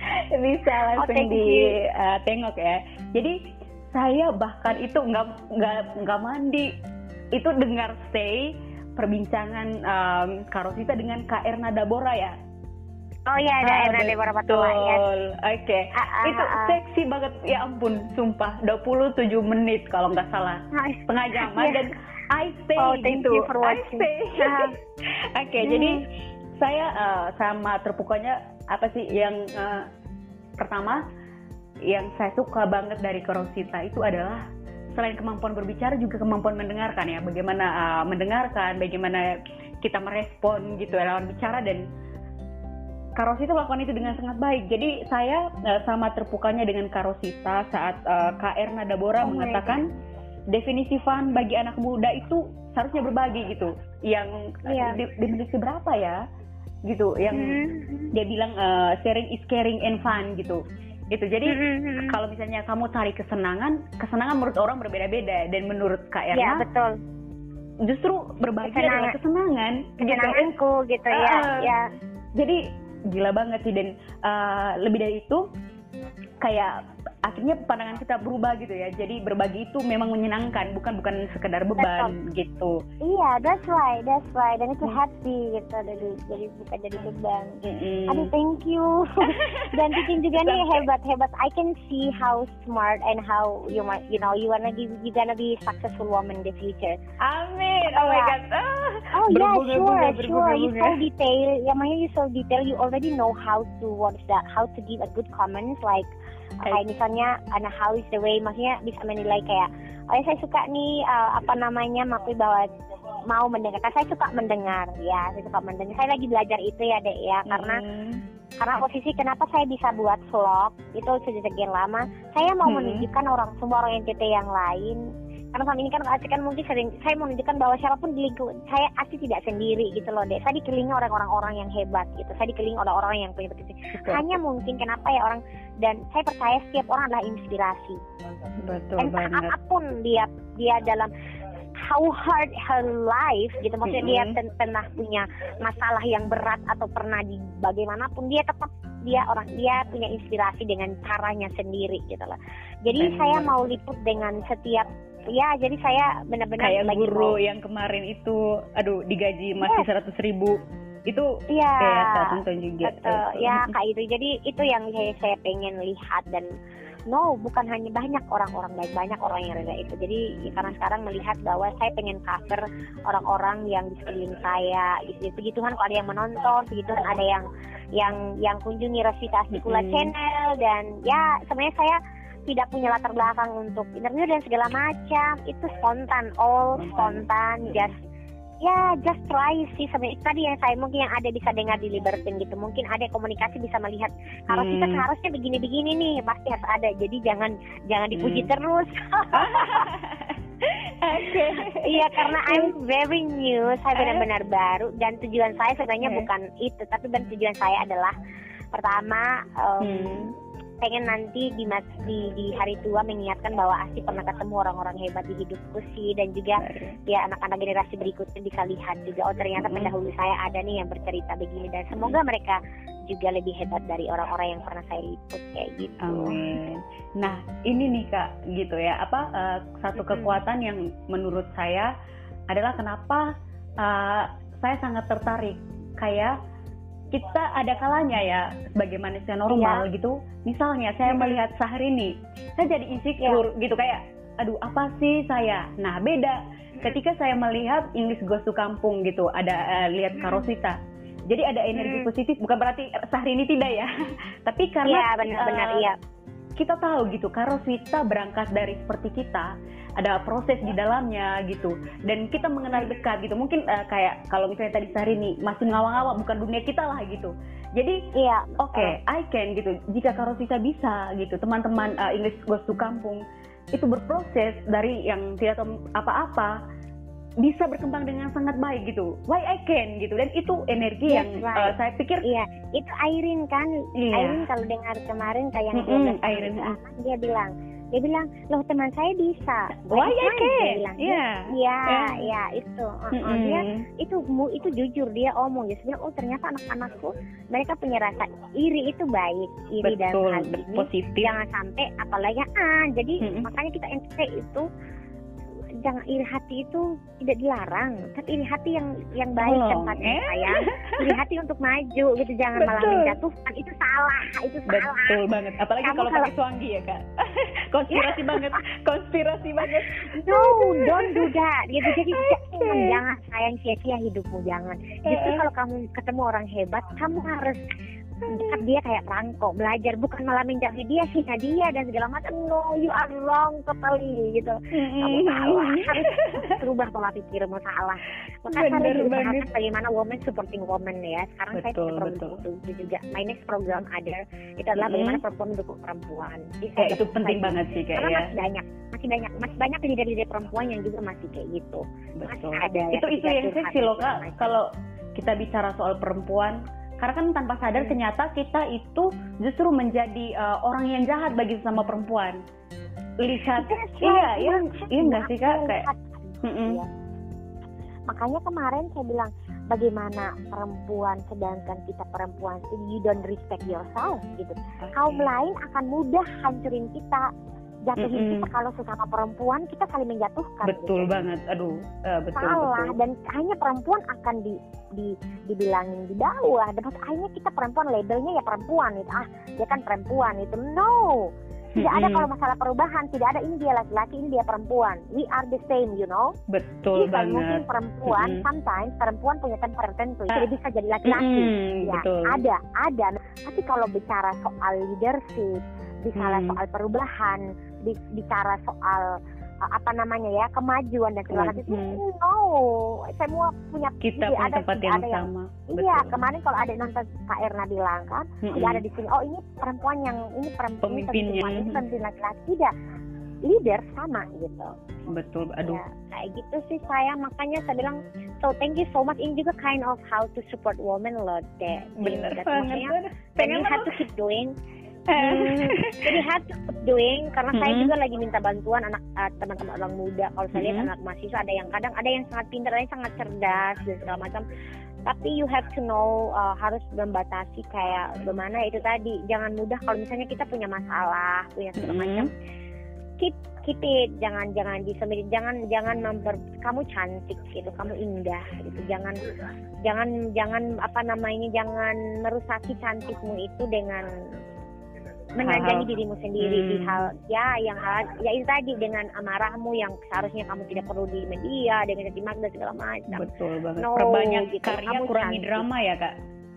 bisa langsung oh, di uh, tengok ya. Jadi saya bahkan itu nggak nggak nggak mandi itu dengar stay perbincangan um, Kak Roswita dengan Kak Erna Dabora ya. Oh iya ada ah, Erna Dabora Patua ya. Oke. Okay. Ah, ah, itu ah, seksi banget ya ampun, sumpah dua puluh tujuh menit kalau nggak salah. Setengah jam yeah. dan I stay oh, thank gitu. You for watching. I stay. Oke, okay, hmm. jadi saya uh, sama terpukanya apa sih yang uh, pertama yang saya suka banget dari Kak Roswita itu adalah selain kemampuan berbicara juga kemampuan mendengarkan ya. Bagaimana uh, mendengarkan, bagaimana kita merespon gitu ya lawan bicara. Dan Kak Roswita melakukan itu dengan sangat baik. Jadi saya uh, sama terpukanya dengan Kak Roswita saat uh, Kak Erna Dabora oh mengatakan definisi fun bagi anak muda itu seharusnya berbagi gitu. Yang yeah. di, di menit berapa ya? Gitu. Yang mm-hmm. dia bilang uh, sharing is caring and fun gitu. Gitu. Jadi mm-hmm. kalau misalnya kamu cari kesenangan, kesenangan menurut orang berbeda-beda dan menurut Kak Erna yeah, betul. justru berbagi adalah kesenangan. Kesenanganku gitu, gitu ya. Uh, ya. Jadi gila banget sih. Dan uh, lebih dari itu kayak akhirnya pandangan kita berubah gitu ya. Jadi berbagi itu memang menyenangkan, bukan bukan sekedar beban. Betul. Gitu. Iya, that's right, that's right. Dan itu happy gitu, jadi jadi bukan jadi beban. Mm-hmm. Aduh, thank you. Dan Titin juga nih hebat hebat. I can see how smart and how you might, you know, you wanna be, you gonna be successful woman in the future. Amin. Oh, oh my God. Ah, oh yeah, sure, sure. You so detail. Ya, makanya you so detail. You already know how to what's that? How to give a good comments like kayak misalnya, and how is the way. Maksudnya bisa menilai kayak, oh ya saya suka nih uh, apa namanya, mengakui bahwa mau mendengar. Saya suka mendengar, ya saya suka mendengar. Saya lagi belajar itu ya dek ya, karena hmm. karena posisi kenapa saya bisa buat vlog itu sudah sekian lama. Saya mau hmm. menunjukkan orang semua orang N T T yang lain. Karena selama ini kan Asih kan mungkin sering, saya mau menunjukkan bahwa siapapun di lingkungan saya Asih tidak sendiri gitu loh dek. Saya dikelilingi orang-orang yang hebat gitu. Saya dikelilingi oleh orang yang punya potensi. Hanya mungkin kenapa ya orang, dan saya percaya setiap orang adalah inspirasi. Betul dan banget. Apapun dia dia dalam how hard her life gitu, maksudnya mm-hmm. dia pernah punya masalah yang berat atau pernah di bagaimanapun, dia tetap dia orang dia punya inspirasi dengan caranya sendiri gitu loh. Jadi Benar. Saya mau liput dengan setiap ya, jadi saya benar-benar kayak lagi guru mau, yang kemarin itu, aduh digaji masih seratus yes. ribu itu ya, kayak saya tonton juga. Betul, ya kayak itu. Jadi itu yang saya, saya pengen lihat dan no, bukan hanya banyak orang-orang baik, banyak orang yang rela itu. Jadi karena sekarang melihat bahwa saya pengen cover orang-orang yang di sekeliling saya. Gitu, begitu kan kalau ada yang menonton, begitu kan ada yang yang yang kunjungi Rosita Astikula mm-hmm. channel, dan ya sebenarnya saya tidak punya latar belakang untuk interview dan segala macam. Itu spontan, all spontan, just ya just try sih. Sebenarnya tadi yang saya mungkin yang ada bisa dengar di Libertin gitu, mungkin ada komunikasi bisa melihat harus hmm. kita seharusnya begini-begini nih, pasti harus ada. Jadi jangan jangan dipuji hmm. terus. Oke. Iya, karena I'm very new, saya benar-benar baru, dan tujuan saya sebenarnya okay. bukan itu, tapi dan tujuan saya adalah pertama um, hmm. pengen nanti di, di di hari tua mengingatkan bahwa Asih pernah ketemu orang-orang hebat di hidupku sih, dan juga ya anak-anak generasi berikutnya bisa lihat juga, oh ternyata mm-hmm. pendahulu saya ada nih yang bercerita begini, dan semoga mereka juga lebih hebat dari orang-orang yang pernah saya liput kayak gitu. Amin. Nah ini nih Kak gitu ya, apa uh, satu mm-hmm. kekuatan yang menurut saya adalah kenapa uh, saya sangat tertarik, kayak kita ada kalanya ya sebagai manusia normal iya. gitu. Misalnya saya hmm. melihat Syahrini, saya jadi insecure yeah. gitu, kayak aduh apa sih saya. Nah beda ketika saya melihat English Goes to Kampung gitu, ada uh, lihat Kak Rosita. Jadi ada energi hmm. positif, bukan berarti Syahrini tidak ya. Tapi karena yeah, benar-benar uh, iya. kita tahu gitu, Kak Rosita berangkat dari seperti kita, ada proses di dalamnya gitu, dan kita mengenal dekat gitu. Mungkin uh, kayak kalau misalnya tadi Syahrini masih ngawang-ngawang, bukan dunia kita lah gitu. Jadi iya, oke, okay, I can gitu. Jika Kak Rosita bisa gitu, teman-teman uh, English Goes to Kampung itu berproses dari yang tidak tahu apa-apa bisa berkembang dengan sangat baik gitu. Why I can gitu, dan itu energi yes, yang right. uh, saya pikir iya, itu Airin kan. Iya. Airin kalau dengar kemarin kayak yang mm-hmm, Airin anak, dia bilang dia bilang loh teman saya bisa. Why I can? Iya, iya, iya itu. Uh, mm-hmm. Dia itu itu jujur dia omong, dia bilang oh ternyata anak-anakku mereka punya rasa iri, itu baik, iri betul, dan hal ini positif. Jangan sampai apalagi ah jadi mm-hmm. makanya kita N T T itu jangan, iri hati itu tidak dilarang, tapi iri hati yang yang baik oh, dan eh? sayang, iri hati untuk maju gitu, jangan betul. Malah menjatuhkan, itu salah, itu salah. Betul banget, apalagi kamu kalau pakai suanggi ya Kak, konspirasi banget, konspirasi banget. No, don't do that. Gitu, jadi okay. jangan sayang sia-sia hidupmu, jangan. Justru kalau kamu ketemu orang hebat, kamu harus dekat dia kayak perangko, belajar, bukan malah menjauhi dia, hina dia dan segala macam. No, you are wrong totally gitu. Kamu salah, harus berubah pola pikirmu, salah. Maka harus berusaha bagaimana woman supporting woman ya. Sekarang betul, saya punya program itu juga. My next program ada itu adalah mm-hmm. bagaimana perempuan mendukung perempuan. Ya, itu penting banget sih kayak karena ya. masih banyak, masih banyak, masih banyak leader-leader perempuan yang juga masih kayak gitu. Betul. Masih ada. Itu itu yang seksi loh Kak. Kalau kita bicara soal perempuan, karena kan tanpa sadar hmm. ternyata kita itu justru menjadi uh, orang yang jahat bagi sesama perempuan. Lihat, iya, iya, iya nggak sih Kak? Kayak, iya. Makanya kemarin saya bilang bagaimana perempuan, sedangkan kita perempuan you don't respect yourself gitu. Okay. Kaum lain akan mudah hancurin kita, jatuhin mm-hmm. kita. Kalau sesama perempuan kita saling menjatuhkan. Betul gitu. Banget, aduh uh, betul, salah betul. Dan hanya perempuan akan di, di dibilangin di bawah. Dan akhirnya kita perempuan, labelnya ya perempuan itu, ah dia kan perempuan itu. No, tidak mm-hmm. ada kalau masalah perubahan, tidak ada ini dia laki-laki, ini dia perempuan. We are the same, you know. Betul jadi, banget. Mungkin perempuan, mm-hmm. sometimes perempuan punya temper tertentu, tidak bisa jadi laki-laki. Mm-hmm, ya, betul. ada, ada. Tapi kalau bicara soal leadership, bicara mm. soal perubahan, bicara soal apa namanya ya kemajuan dan segala macam, mm. no, semua punya kita punya tempat yang, yang sama. Iya, kemarin kalau ada nonton Kak Erna bilang kan, mm-hmm. ada di sini, oh ini perempuan yang ini perempuan pemimpinnya, ini pemimpin laki-laki, tidak, leader sama gitu. Betul, aduh. Ya, kayak gitu sih saya, makanya saya bilang, so thank you so much. Ini juga kind of how to support women loh, deh. Bener banget. Pengen have to keep doing. Hmm, jadi have to keep doing karena mm-hmm. saya juga lagi minta bantuan anak uh, teman-teman orang muda. Kalau saya lihat mm-hmm. anak mahasiswa ada yang kadang ada yang sangat pintar, ada yang sangat cerdas dan segala macam. Tapi you have to know uh, harus membatasi kayak bagaimana itu tadi. Jangan mudah kalau misalnya kita punya masalah, punya segala mm-hmm. macam. Keep keep it, jangan jangan disembunyi, jangan jangan memper, kamu cantik gitu, kamu indah gitu. Jangan jangan jangan apa namanya jangan merusaki cantikmu itu dengan menanjani dirimu sendiri hmm. di hal ya yang hal ya itu tadi dengan amarahmu yang seharusnya kamu tidak perlu di media dengan caci maki dan segala macam. Betul banget. No, perbanyak gitu. Karya, kamu kurangi cantik. Drama ya kak.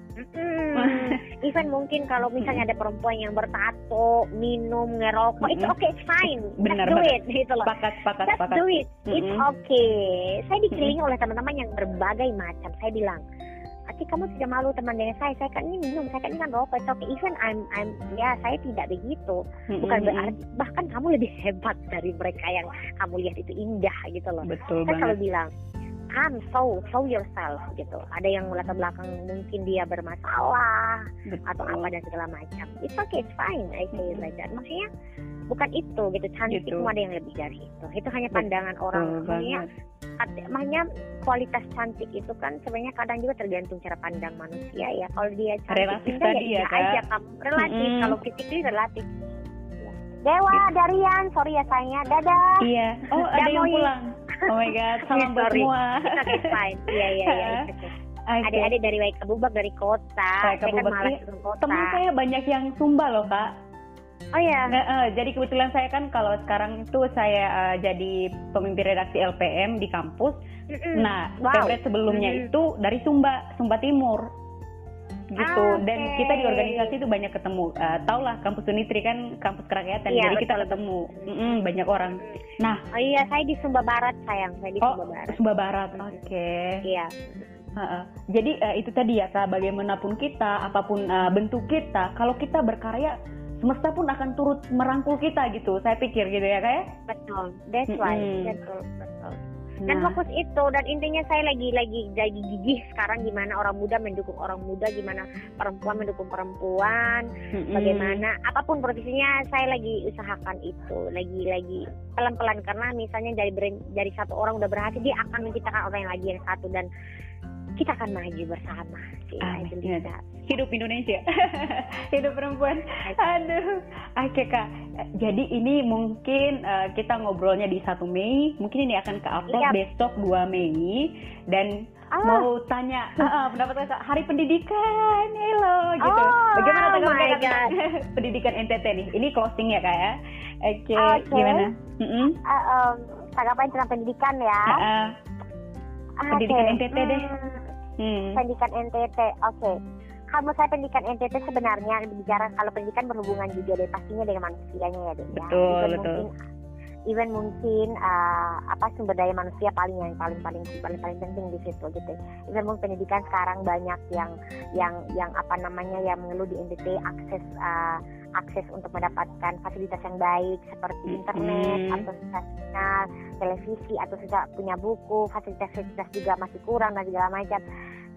Mm-hmm. Even mungkin kalau misalnya ada perempuan yang bertato, minum, ngerokok, mm-hmm. it's okay, it's fine. Benar do banget. it, gitu loh. Sepakat, sepakat, Just sepakat. do it, mm-hmm. it's okay. Saya dikelilingi mm-hmm. oleh teman-teman yang berbagai macam. Saya bilang, Ati kamu tidak malu teman dengan saya, saya kan ini minum, saya kan ini kan rokok, it's okay. Even I'm, I'm, ya saya tidak begitu. Bukan mm-hmm. berarti, bahkan kamu lebih hebat dari mereka yang kamu lihat itu indah gitu loh. Betul saya banget. selalu bilang, come show, show yourself gitu. Ada yang latar belakang mungkin dia bermasalah Betul. Atau apa dan segala macam. It's okay, it's fine. I say it like that. Maksudnya bukan itu gitu. Cantik gitu. Ada yang lebih dari itu. Itu hanya pandangan Betul orang. Maksudnya, makanya kualitas cantik itu kan sebenarnya kadang juga tergantung cara pandang manusia ya. Kalau dia cantik relatif indah, tadi ya, ya, aja kamu relatif. Mm-hmm. Kalau fisik itu relatif. Dewa, Darian, sorry ya sayangnya, dadah. Iya. Oh, ada yang pulang. Oh my god, salam buat semua. Oke, fine. Iya, iya, iya. Adik-adik dari Waika Bubak dari kota. Waika saya kan Bubak. malas turun kota. Teman saya banyak yang Sumba loh, Kak. Oh iya. Nah, uh, jadi kebetulan saya kan kalau sekarang itu saya uh, jadi pemimpin redaksi L P M di kampus. Mm-mm. Nah, wow. Februari sebelumnya mm-hmm. itu dari Sumba, Sumba Timur. Gitu. Ah, okay. Dan kita di organisasi itu banyak ketemu. Uh, taulah kampus Unitri kan kampus kerakyatan, iya, jadi betul. Kita ketemu Mm-mm, banyak orang. Nah, oh iya, saya di Sumba Barat sayang, saya di oh, Sumba Barat. Sumba Barat, oke. Okay. Iya. Uh-uh. Jadi uh, itu tadi ya Kak, bagaimanapun kita, apapun uh, bentuk kita, kalau kita berkarya, semesta pun akan turut merangkul kita gitu. Saya pikir gitu ya Kak ya. Betul, that's right, mm-hmm. betul, betul. Dan nah. fokus itu, dan intinya saya lagi lagi lagi gigih sekarang gimana orang muda mendukung orang muda, gimana perempuan mendukung perempuan, mm-hmm. bagaimana apapun profesinya saya lagi usahakan itu, lagi lagi pelan-pelan karena misalnya dari dari satu orang udah berhasil, dia akan menciptakan orang yang lagi yang satu dan kita akan maju bersama. Amin. Hidup Indonesia. Hidup perempuan. Aduh. Oke Kak. Jadi ini mungkin uh, kita ngobrolnya di satu Mei. Mungkin ini akan ke-upload yep. besok dua Mei. Dan ah. mau tanya uh, pendapat Kak Hari Pendidikan. Hello gitu. Oh, bagaimana tanggapan oh Kak pendidikan N T T nih? Ini closing ya Kak ya. Oke. Okay. Okay. Gimana? Mm-hmm. Uh, um, tanggapan tentang pendidikan ya. Uh-uh. Pendidikan okay. N T T deh. Hmm. Pendidikan N T T, oke. Okay. Kalau saya pendidikan N T T sebenarnya bicara kalau pendidikan berhubungan juga deh pastinya dengan manusianya ya deh. Betul, ya. Even betul. Mungkin, even mungkin uh, apa sumber daya manusia paling yang paling paling paling paling penting di situ gitu. Even mungkin pendidikan sekarang banyak yang yang yang apa namanya yang mengeluh di N T T akses uh, akses untuk mendapatkan fasilitas yang baik seperti internet hmm. atau sinyal televisi atau sudah punya buku, fasilitas-fasilitas juga masih kurang dan segala macam.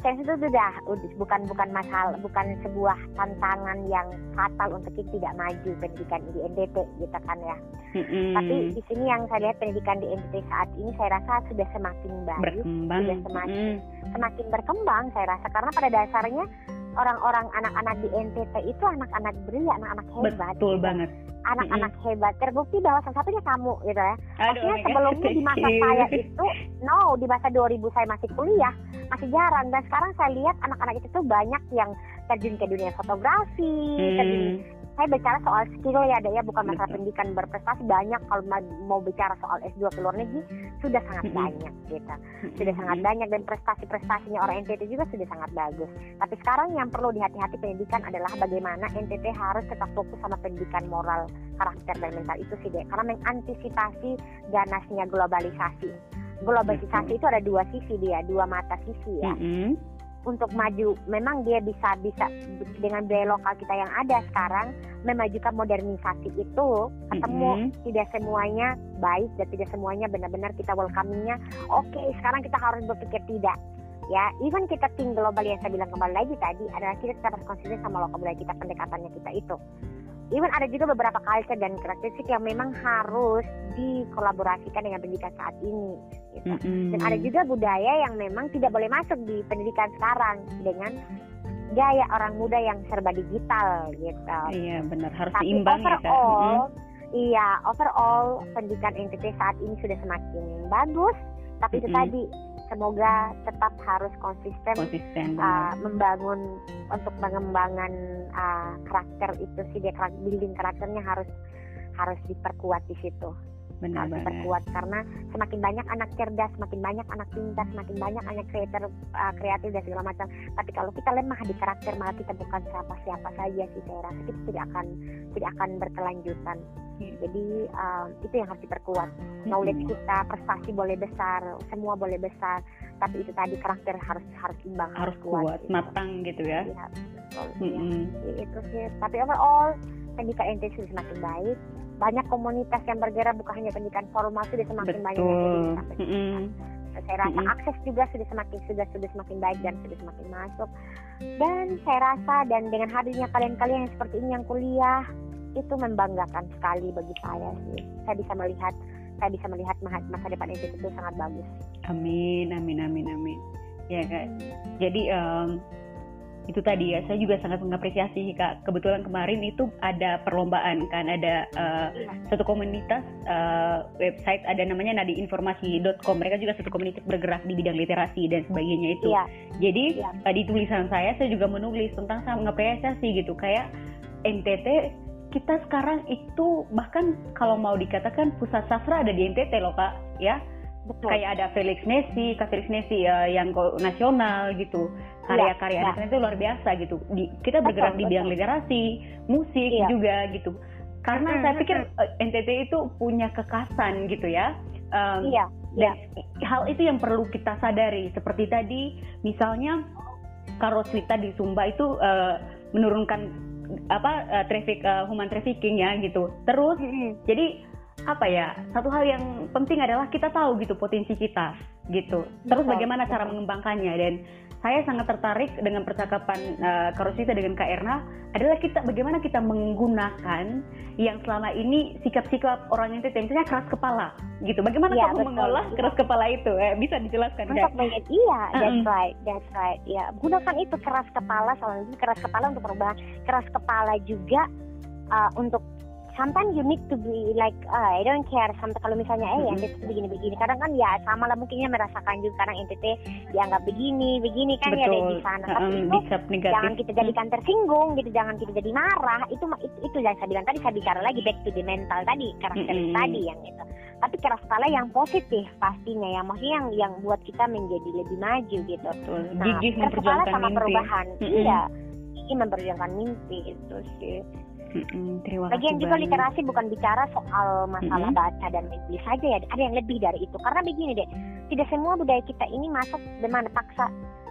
sense itu sudah bukan bukan masalah, bukan sebuah tantangan yang fatal untuk kita tidak maju pendidikan di N T T gitu kan ya. Mm-hmm. Tapi di sini yang saya lihat pendidikan di N T T saat ini saya rasa sudah semakin baik, berkembang. sudah semakin mm. semakin berkembang saya rasa, karena pada dasarnya orang-orang anak-anak di N T T itu anak-anak belia, anak-anak hebat. Betul gitu. Banget. Anak-anak mm-hmm. hebat, terbukti bahwa salah satunya kamu gitu ya. Aduh, maksudnya sebelumnya di masa saya itu, no, di masa dua ribu saya masih kuliah, masih jarang. Dan sekarang saya lihat anak-anak itu tuh banyak yang terjun ke dunia fotografi, mm. terjun. Saya bicara soal skill ya, ya bukan masalah Betul. pendidikan berprestasi. Banyak kalau mau bicara soal S dua ke luar negeri sudah sangat mm-hmm. banyak gitu, sudah mm-hmm. sangat banyak, dan prestasi-prestasinya orang N T T juga sudah sangat bagus. Tapi sekarang yang perlu dihati-hati pendidikan adalah bagaimana N T T harus tetap fokus sama pendidikan moral, karakter dan mental itu sih deh, karena mengantisipasi ganasnya globalisasi. Globalisasi mm-hmm. itu ada dua sisi dia, dua mata sisi ya. Mm-hmm. Untuk maju, memang dia bisa bisa dengan biaya lokal kita yang ada sekarang memajukan modernisasi itu, ketemu mm-hmm. tidak semuanya baik dan tidak semuanya benar-benar kita welcomingnya. Oke, okay, sekarang kita harus berpikir tidak. Ya, even kita think global yang saya bilang kembali lagi tadi adalah kita tetap harus konsisten sama lokal budaya kita, pendekatannya kita itu. Even ada juga beberapa culture dan karakteristik yang memang harus dikolaborasikan dengan pendidikan saat ini gitu. Mm-hmm. Dan ada juga budaya yang memang tidak boleh masuk di pendidikan sekarang dengan gaya orang muda yang serba digital gitu. Iya benar, harus Tapi seimbang overall, ya kan. Mm-hmm. Iya, overall pendidikan N T T saat ini sudah semakin bagus. Tapi mm-hmm. itu tadi, semoga tetap harus konsisten, konsisten uh, membangun untuk pengembangan uh, karakter itu sih, dia building karakternya harus harus diperkuat di situ. Benar harus diperkuat karena semakin banyak anak cerdas, semakin banyak anak pintar, semakin banyak anak kreator, uh, kreatif dan segala macam. Tapi kalau kita lemah di karakter, malah kita bukan siapa-siapa saja sih, saya rasa kita tidak akan tidak akan berkelanjutan. Jadi uh, itu yang harus diperkuat. Knowledge kita, prestasi boleh besar, semua boleh besar, tapi itu tadi karakter harus harus imbang, harus, harus kuat, kuat gitu. Matang gitu ya. Ya, betul, mm-hmm. ya. Itu sih. Tapi overall pendidikan N T T sudah semakin baik. Banyak komunitas yang bergerak, bukan hanya pendidikan formal, sudah semakin Betul. banyak yang sudah sampai mm-hmm. Saya rasa mm-hmm. akses juga sudah semakin sudah sudah semakin baik dan sudah semakin masuk. Dan saya rasa dan dengan hadirnya kalian-kalian yang seperti ini yang kuliah, itu membanggakan sekali bagi saya sih. Saya bisa melihat saya bisa melihat masa depan N T T itu sangat bagus. Amin, amin, amin, amin. Ya Kak. Jadi um, itu tadi ya, saya juga sangat mengapresiasi Kak. Kebetulan kemarin itu ada perlombaan kan, ada uh, iya. satu komunitas uh, website ada namanya nadi informasi dot com. Mereka juga satu komunitas bergerak di bidang literasi dan sebagainya itu. Iya. Jadi iya. Uh, di tulisan saya saya juga menulis tentang saya mengapresiasi gitu, kayak N T T kita sekarang itu bahkan kalau mau dikatakan pusat sastra ada di N T T loh Kak ya. Betul. Kayak ada Felix Nesi, Kak Felix Nesi uh, yang nasional gitu. Karya-karya ya, anak-anak ya. itu luar biasa gitu. Di, kita bergerak betul, di bidang betul. literasi, musik ya. juga gitu. Karena hmm, saya pikir uh, N T T itu punya kekasan gitu ya. Um, iya. Dan ya. hal itu yang perlu kita sadari. Seperti tadi misalnya Kak Roswita di Sumba itu uh, menurunkan apa uh, traffic uh, human trafficking ya gitu. Terus mm-hmm. jadi apa ya, satu hal yang penting adalah kita tahu gitu potensi kita gitu. Terus betul, bagaimana betul. cara mengembangkannya. Dan saya sangat tertarik dengan percakapan uh, Kak Roswita dengan Kak Erna adalah kita bagaimana kita menggunakan yang selama ini sikap-sikap orang N T T, misalnya keras kepala gitu. Bagaimana ya, kamu betul. mengolah keras kepala itu? Eh, bisa dijelaskan untuk menjadi iya, that's uh-uh. right, that's right. Ya, gunakan itu keras kepala, soalnya keras kepala untuk perubahan, keras kepala juga uh, untuk sometimes you need to be like, uh, I don't care. Sampai kalau misalnya, eh, mm-hmm. N T T begini-begini. Kadang kan ya sama lah mungkinnya merasakan juga. Kadang N T T dianggap begini, begini kan. Betul. Ya ada di sana. Tapi um, itu jangan kita jadikan tersinggung gitu. Jangan kita jadi marah. Itu itu, itu yang saya bilang tadi. Saya bicara lagi back to the mental tadi. Karakter mm-hmm. tadi yang itu. Tapi keras kepala yang positif pastinya. Yang maksudnya yang, yang buat kita menjadi lebih maju gitu. Betul. Nah, keras kepala sama mimpi. perubahan. Mm-hmm. Iya. Gigi memperjuangkan mimpi itu sih. Mm-mm, terima Lagian kasih juga banyak. Literasi bukan bicara soal masalah Mm-hmm. baca dan menulis saja ya, ada yang lebih dari itu. Karena begini deh, tidak semua budaya kita ini masuk dengan paksa.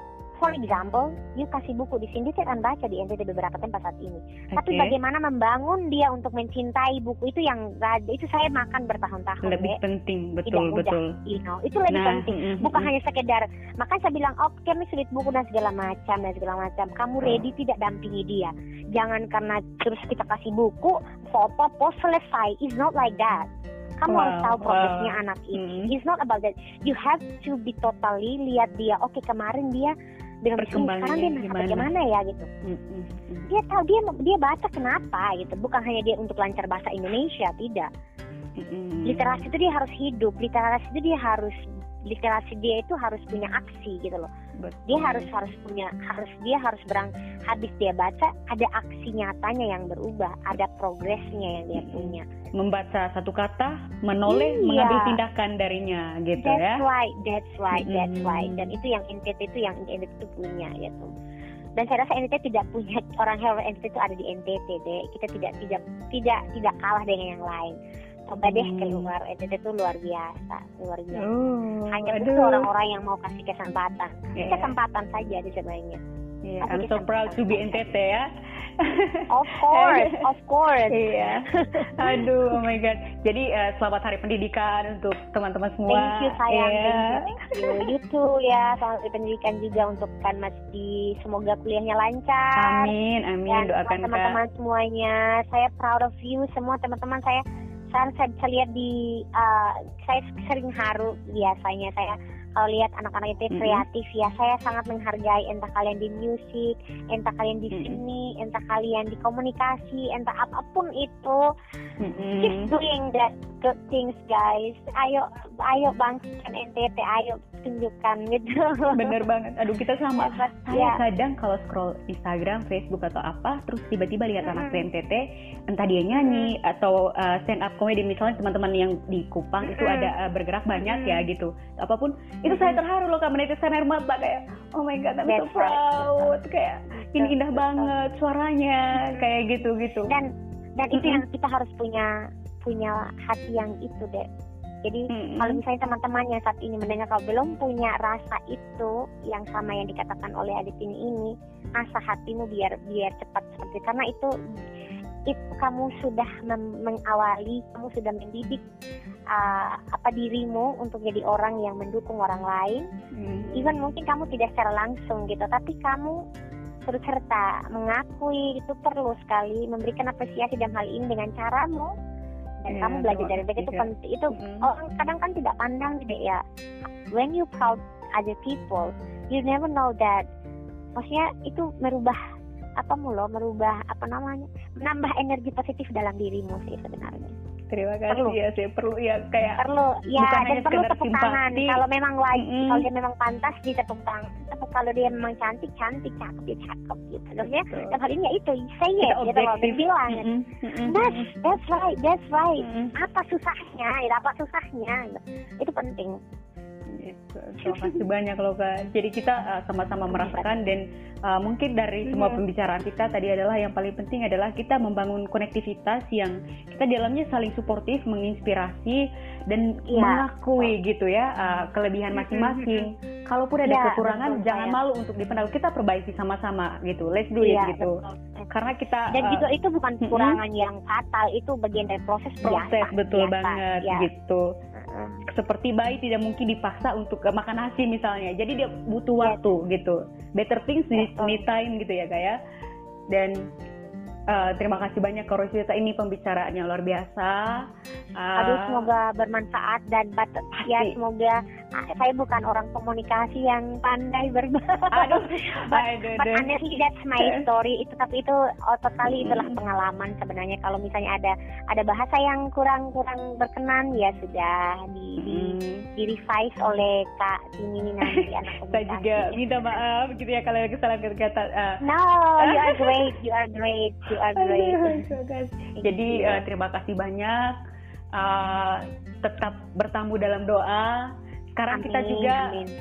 for example, you kasih buku di sini, dia akan baca di N T T beberapa tempat saat ini. Okay. Tapi bagaimana membangun dia untuk mencintai buku itu yang itu saya makan bertahun-tahun. Lebih deh. penting, betul Tidak mudah, betul. You know, itu lebih nah, penting. Mm, Bukan mm, hanya sekedar. Makanya saya bilang, oke, okay, kami sulit buku dan segala macam dan segala macam. Kamu ready tidak dampingi dia. Jangan karena terus kita kasih buku, foto, post, selesai. It's not like that. Kamu wow, harus tahu progresnya wow. anak ini. Mm. It's not about that. You have to be totally lihat dia. Oke, okay, kemarin dia dengan begini, sekarang dia nangkap bagaimana ya gitu. Mm, mm, mm. Dia tahu dia dia baca kenapa gitu. Bukan hanya dia untuk lancar bahasa Indonesia, tidak. Mm. Literasi itu dia harus hidup. Literasi itu dia harus literasi dia itu harus punya aksi gitu loh. Betul. Dia harus harus punya harus dia harus berang habis dia baca ada aksi nyatanya yang berubah, ada progresnya yang dia punya. Membaca satu kata, menoleh, iya. mengambil tindakan darinya gitu that's ya. That's right, that's right, mm-hmm. that's right. Dan itu yang N T T itu yang N T T itu punya gitu. Dan saya rasa N T T tidak punya orang hewan N T T itu ada di N T T deh. Kita tidak tidak tidak tidak kalah dengan yang lain. Coba deh hmm. keluar, N T T itu luar biasa, luar biasa. Oh, hanya aduh. butuh orang-orang yang mau kasih kesempatan, yeah. kesempatan saja di sebenarnya. Yeah, I'm so proud to be N T T ya. Of course, of course. Iya. Aduh, oh my god. Jadi uh, selamat Hari Pendidikan untuk teman-teman semua. Thank you sayang. Yeah. Thank you. You too ya. Selamat Hari Pendidikan juga untuk Kan Mas di semoga kuliahnya lancar. Amin, amin. Dan doakan teman-teman Kak. semuanya. Saya proud of you semua teman-teman saya. Saya, saya bisa lihat di, uh, saya sering haru biasanya saya kalau lihat anak-anak itu kreatif mm-hmm. ya, saya sangat menghargai entah kalian di musik, entah kalian di mm-hmm. seni, entah kalian di komunikasi, entah apapun itu, mm-hmm. keep doing that good things guys. Ayo, ayo bangkitkan N T T, ayo tunjukkan gitu. Bener banget. Aduh kita sama. Ya, saya ya. kadang kalau scroll Instagram, Facebook atau apa, terus tiba-tiba lihat mm-hmm. anak N T T, entah dia nyanyi mm-hmm. atau uh, stand up comedy, misalnya teman-teman yang di Kupang mm-hmm. itu ada uh, bergerak banyak mm-hmm. ya gitu. Apapun itu mm-hmm. saya terharu loh Kak, meneteskan air mata kayak oh my god, I'm so proud. Kayak ini indah banget suaranya mm-hmm. kayak gitu-gitu. Dan dan itu mm-hmm. yang kita harus punya punya hati yang itu deh. Jadi mm-hmm. kalau misalnya teman-teman yang saat ini mendengar kalau belum punya rasa itu yang sama yang dikatakan oleh Aditini ini, asah hatimu biar biar cepat seperti karena itu itu kamu sudah mem- mengawali, kamu sudah mendidik uh, apa dirimu untuk jadi orang yang mendukung orang lain. Mm-hmm. Even mungkin kamu tidak secara langsung gitu, tapi kamu turut serta mengakui itu perlu sekali memberikan apresiasi dalam hal ini dengan caramu. Dan yeah, kamu belajar dari mereka itu penting. Itu mm-hmm. orang kadang kan tidak pandang gitu ya. When you proud other people, you never know that. Maksudnya itu merubah apa mulu, merubah apa namanya, menambah energi positif dalam dirimu sih sebenarnya. Terima kasih perlu. ya sih perlu ya kayak perlu ya dan perlu tepuk simpati. Tangan kalau memang wajib mm-hmm. kalau dia memang pantas ditepuk tangan, tepuk kalau dia memang cantik cantik cakep dia cakep gitu. Maksudnya dalam hal ini ya itu say it gitu loh, bilang mm-hmm. mm-hmm. that's that's right that's right mm-hmm. apa susahnya ya apa susahnya itu penting. Gitu. Terima kasih banyak loh Kak. Jadi kita uh, sama-sama merasakan dan uh, mungkin dari semua pembicaraan kita tadi adalah yang paling penting adalah kita membangun konektivitas yang kita di dalamnya saling suportif, menginspirasi dan ya. mengakui gitu ya uh, kelebihan masing-masing. Kalaupun ada ya, kekurangan betul, jangan ya. malu untuk dipandang, kita perbaiki sama-sama gitu. Let's do it ya, gitu. Betul. Karena kita dan uh, juga itu bukan kekurangan uh, yang fatal, itu bagian dari proses proses biasa, betul biasa, banget ya. gitu. Seperti bayi tidak mungkin dipaksa untuk makan nasi misalnya, jadi dia butuh waktu yes. gitu. Better things need, need time gitu ya Kak ya. Dan uh, terima kasih banyak Kak Rosita, ini pembicaraannya luar biasa. Uh, Aduh semoga bermanfaat dan bat- ya semoga uh, saya bukan orang komunikasi yang pandai berbahasa. Aduh, but, aduh, but honestly that's my story. Itu tapi itu oh, totally itulah pengalaman sebenarnya. Kalau misalnya ada ada bahasa yang kurang kurang berkenan ya sudah di di, di revise oleh Kak Tini nanti anak komunikasi. Saya juga minta maaf gitu ya kalau ada kesalahan kata. Uh. No, you are great, you are great, you are great. Jadi uh, terima kasih banyak. Uh, tetap bertamu dalam doa. Sekarang amin, kita juga amin.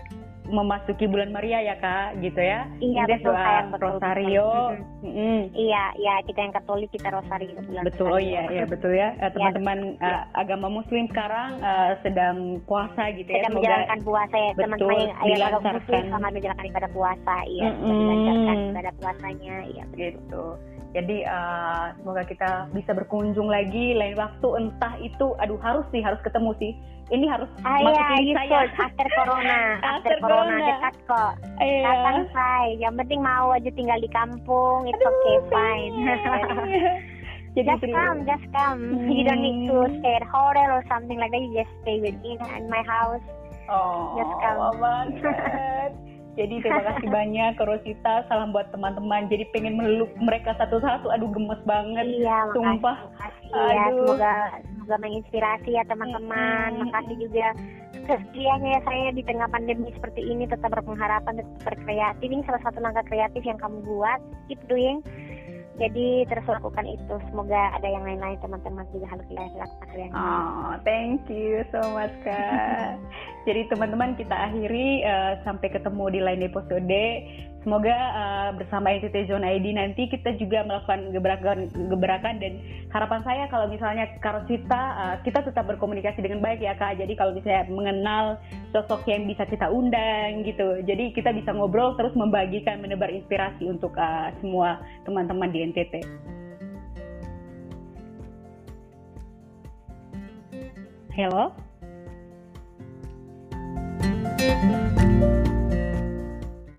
memasuki bulan Maria ya Kak, gitu ya. Iya, Indes betul, doa sayang, betul, rosario. betul. Mm-hmm. Iya, iya, kita yang Katolik kita rosario bulan Betul, rosario. oh iya, iya betul ya. Uh, teman-teman ya. uh, agama Muslim sekarang uh, sedang puasa gitu ya. Sedang Semoga menjalankan puasa ya, teman-teman yang ayah agama Muslim sama menjalankan ibadah puasa, iya, mm-hmm. dilancarkan ibadah puasanya, iya betul. Gitu. Jadi uh, semoga kita bisa berkunjung lagi lain waktu, entah itu, aduh harus sih, harus ketemu sih. Ini harus ah, masukin iya, saya. After corona, after, after corona, corona dekat kok. Iya. Datang say, yang penting mau aja tinggal di kampung, it's aduh, okay, fine. Jadi just come, just come. Hmm. You don't need to stay at hotel or something like that. You just stay with me in my house. Oh, just come. Banget. Jadi terima kasih banyak ke Rosita, salam buat teman-teman. Jadi pengen meluk mereka satu-satu, aduh gemes banget. Iya, sumpah. Makasih, makasih ya, semoga semoga menginspirasi ya teman-teman. Hmm. Makasih juga setianya saya di tengah pandemi seperti ini tetap berpengharapan, tetap berkreatif. Ini salah satu langkah kreatif yang kamu buat. Keep doing. Jadi terus lakukan itu. Semoga ada yang lain-lain teman-teman juga harus lakukan. Oh, thank you so much Kak. Jadi teman-teman kita akhiri uh, sampai ketemu di lain episode. Semoga uh, bersama N T T Zone I D nanti kita juga melakukan gebrakan-gebrakan, dan harapan saya kalau misalnya Kak Rosita, uh, kita tetap berkomunikasi dengan baik ya Kak. Jadi kalau misalnya mengenal sosok yang bisa kita undang gitu, jadi kita bisa ngobrol terus membagikan, menebar inspirasi untuk uh, semua teman-teman di N T T. Hello?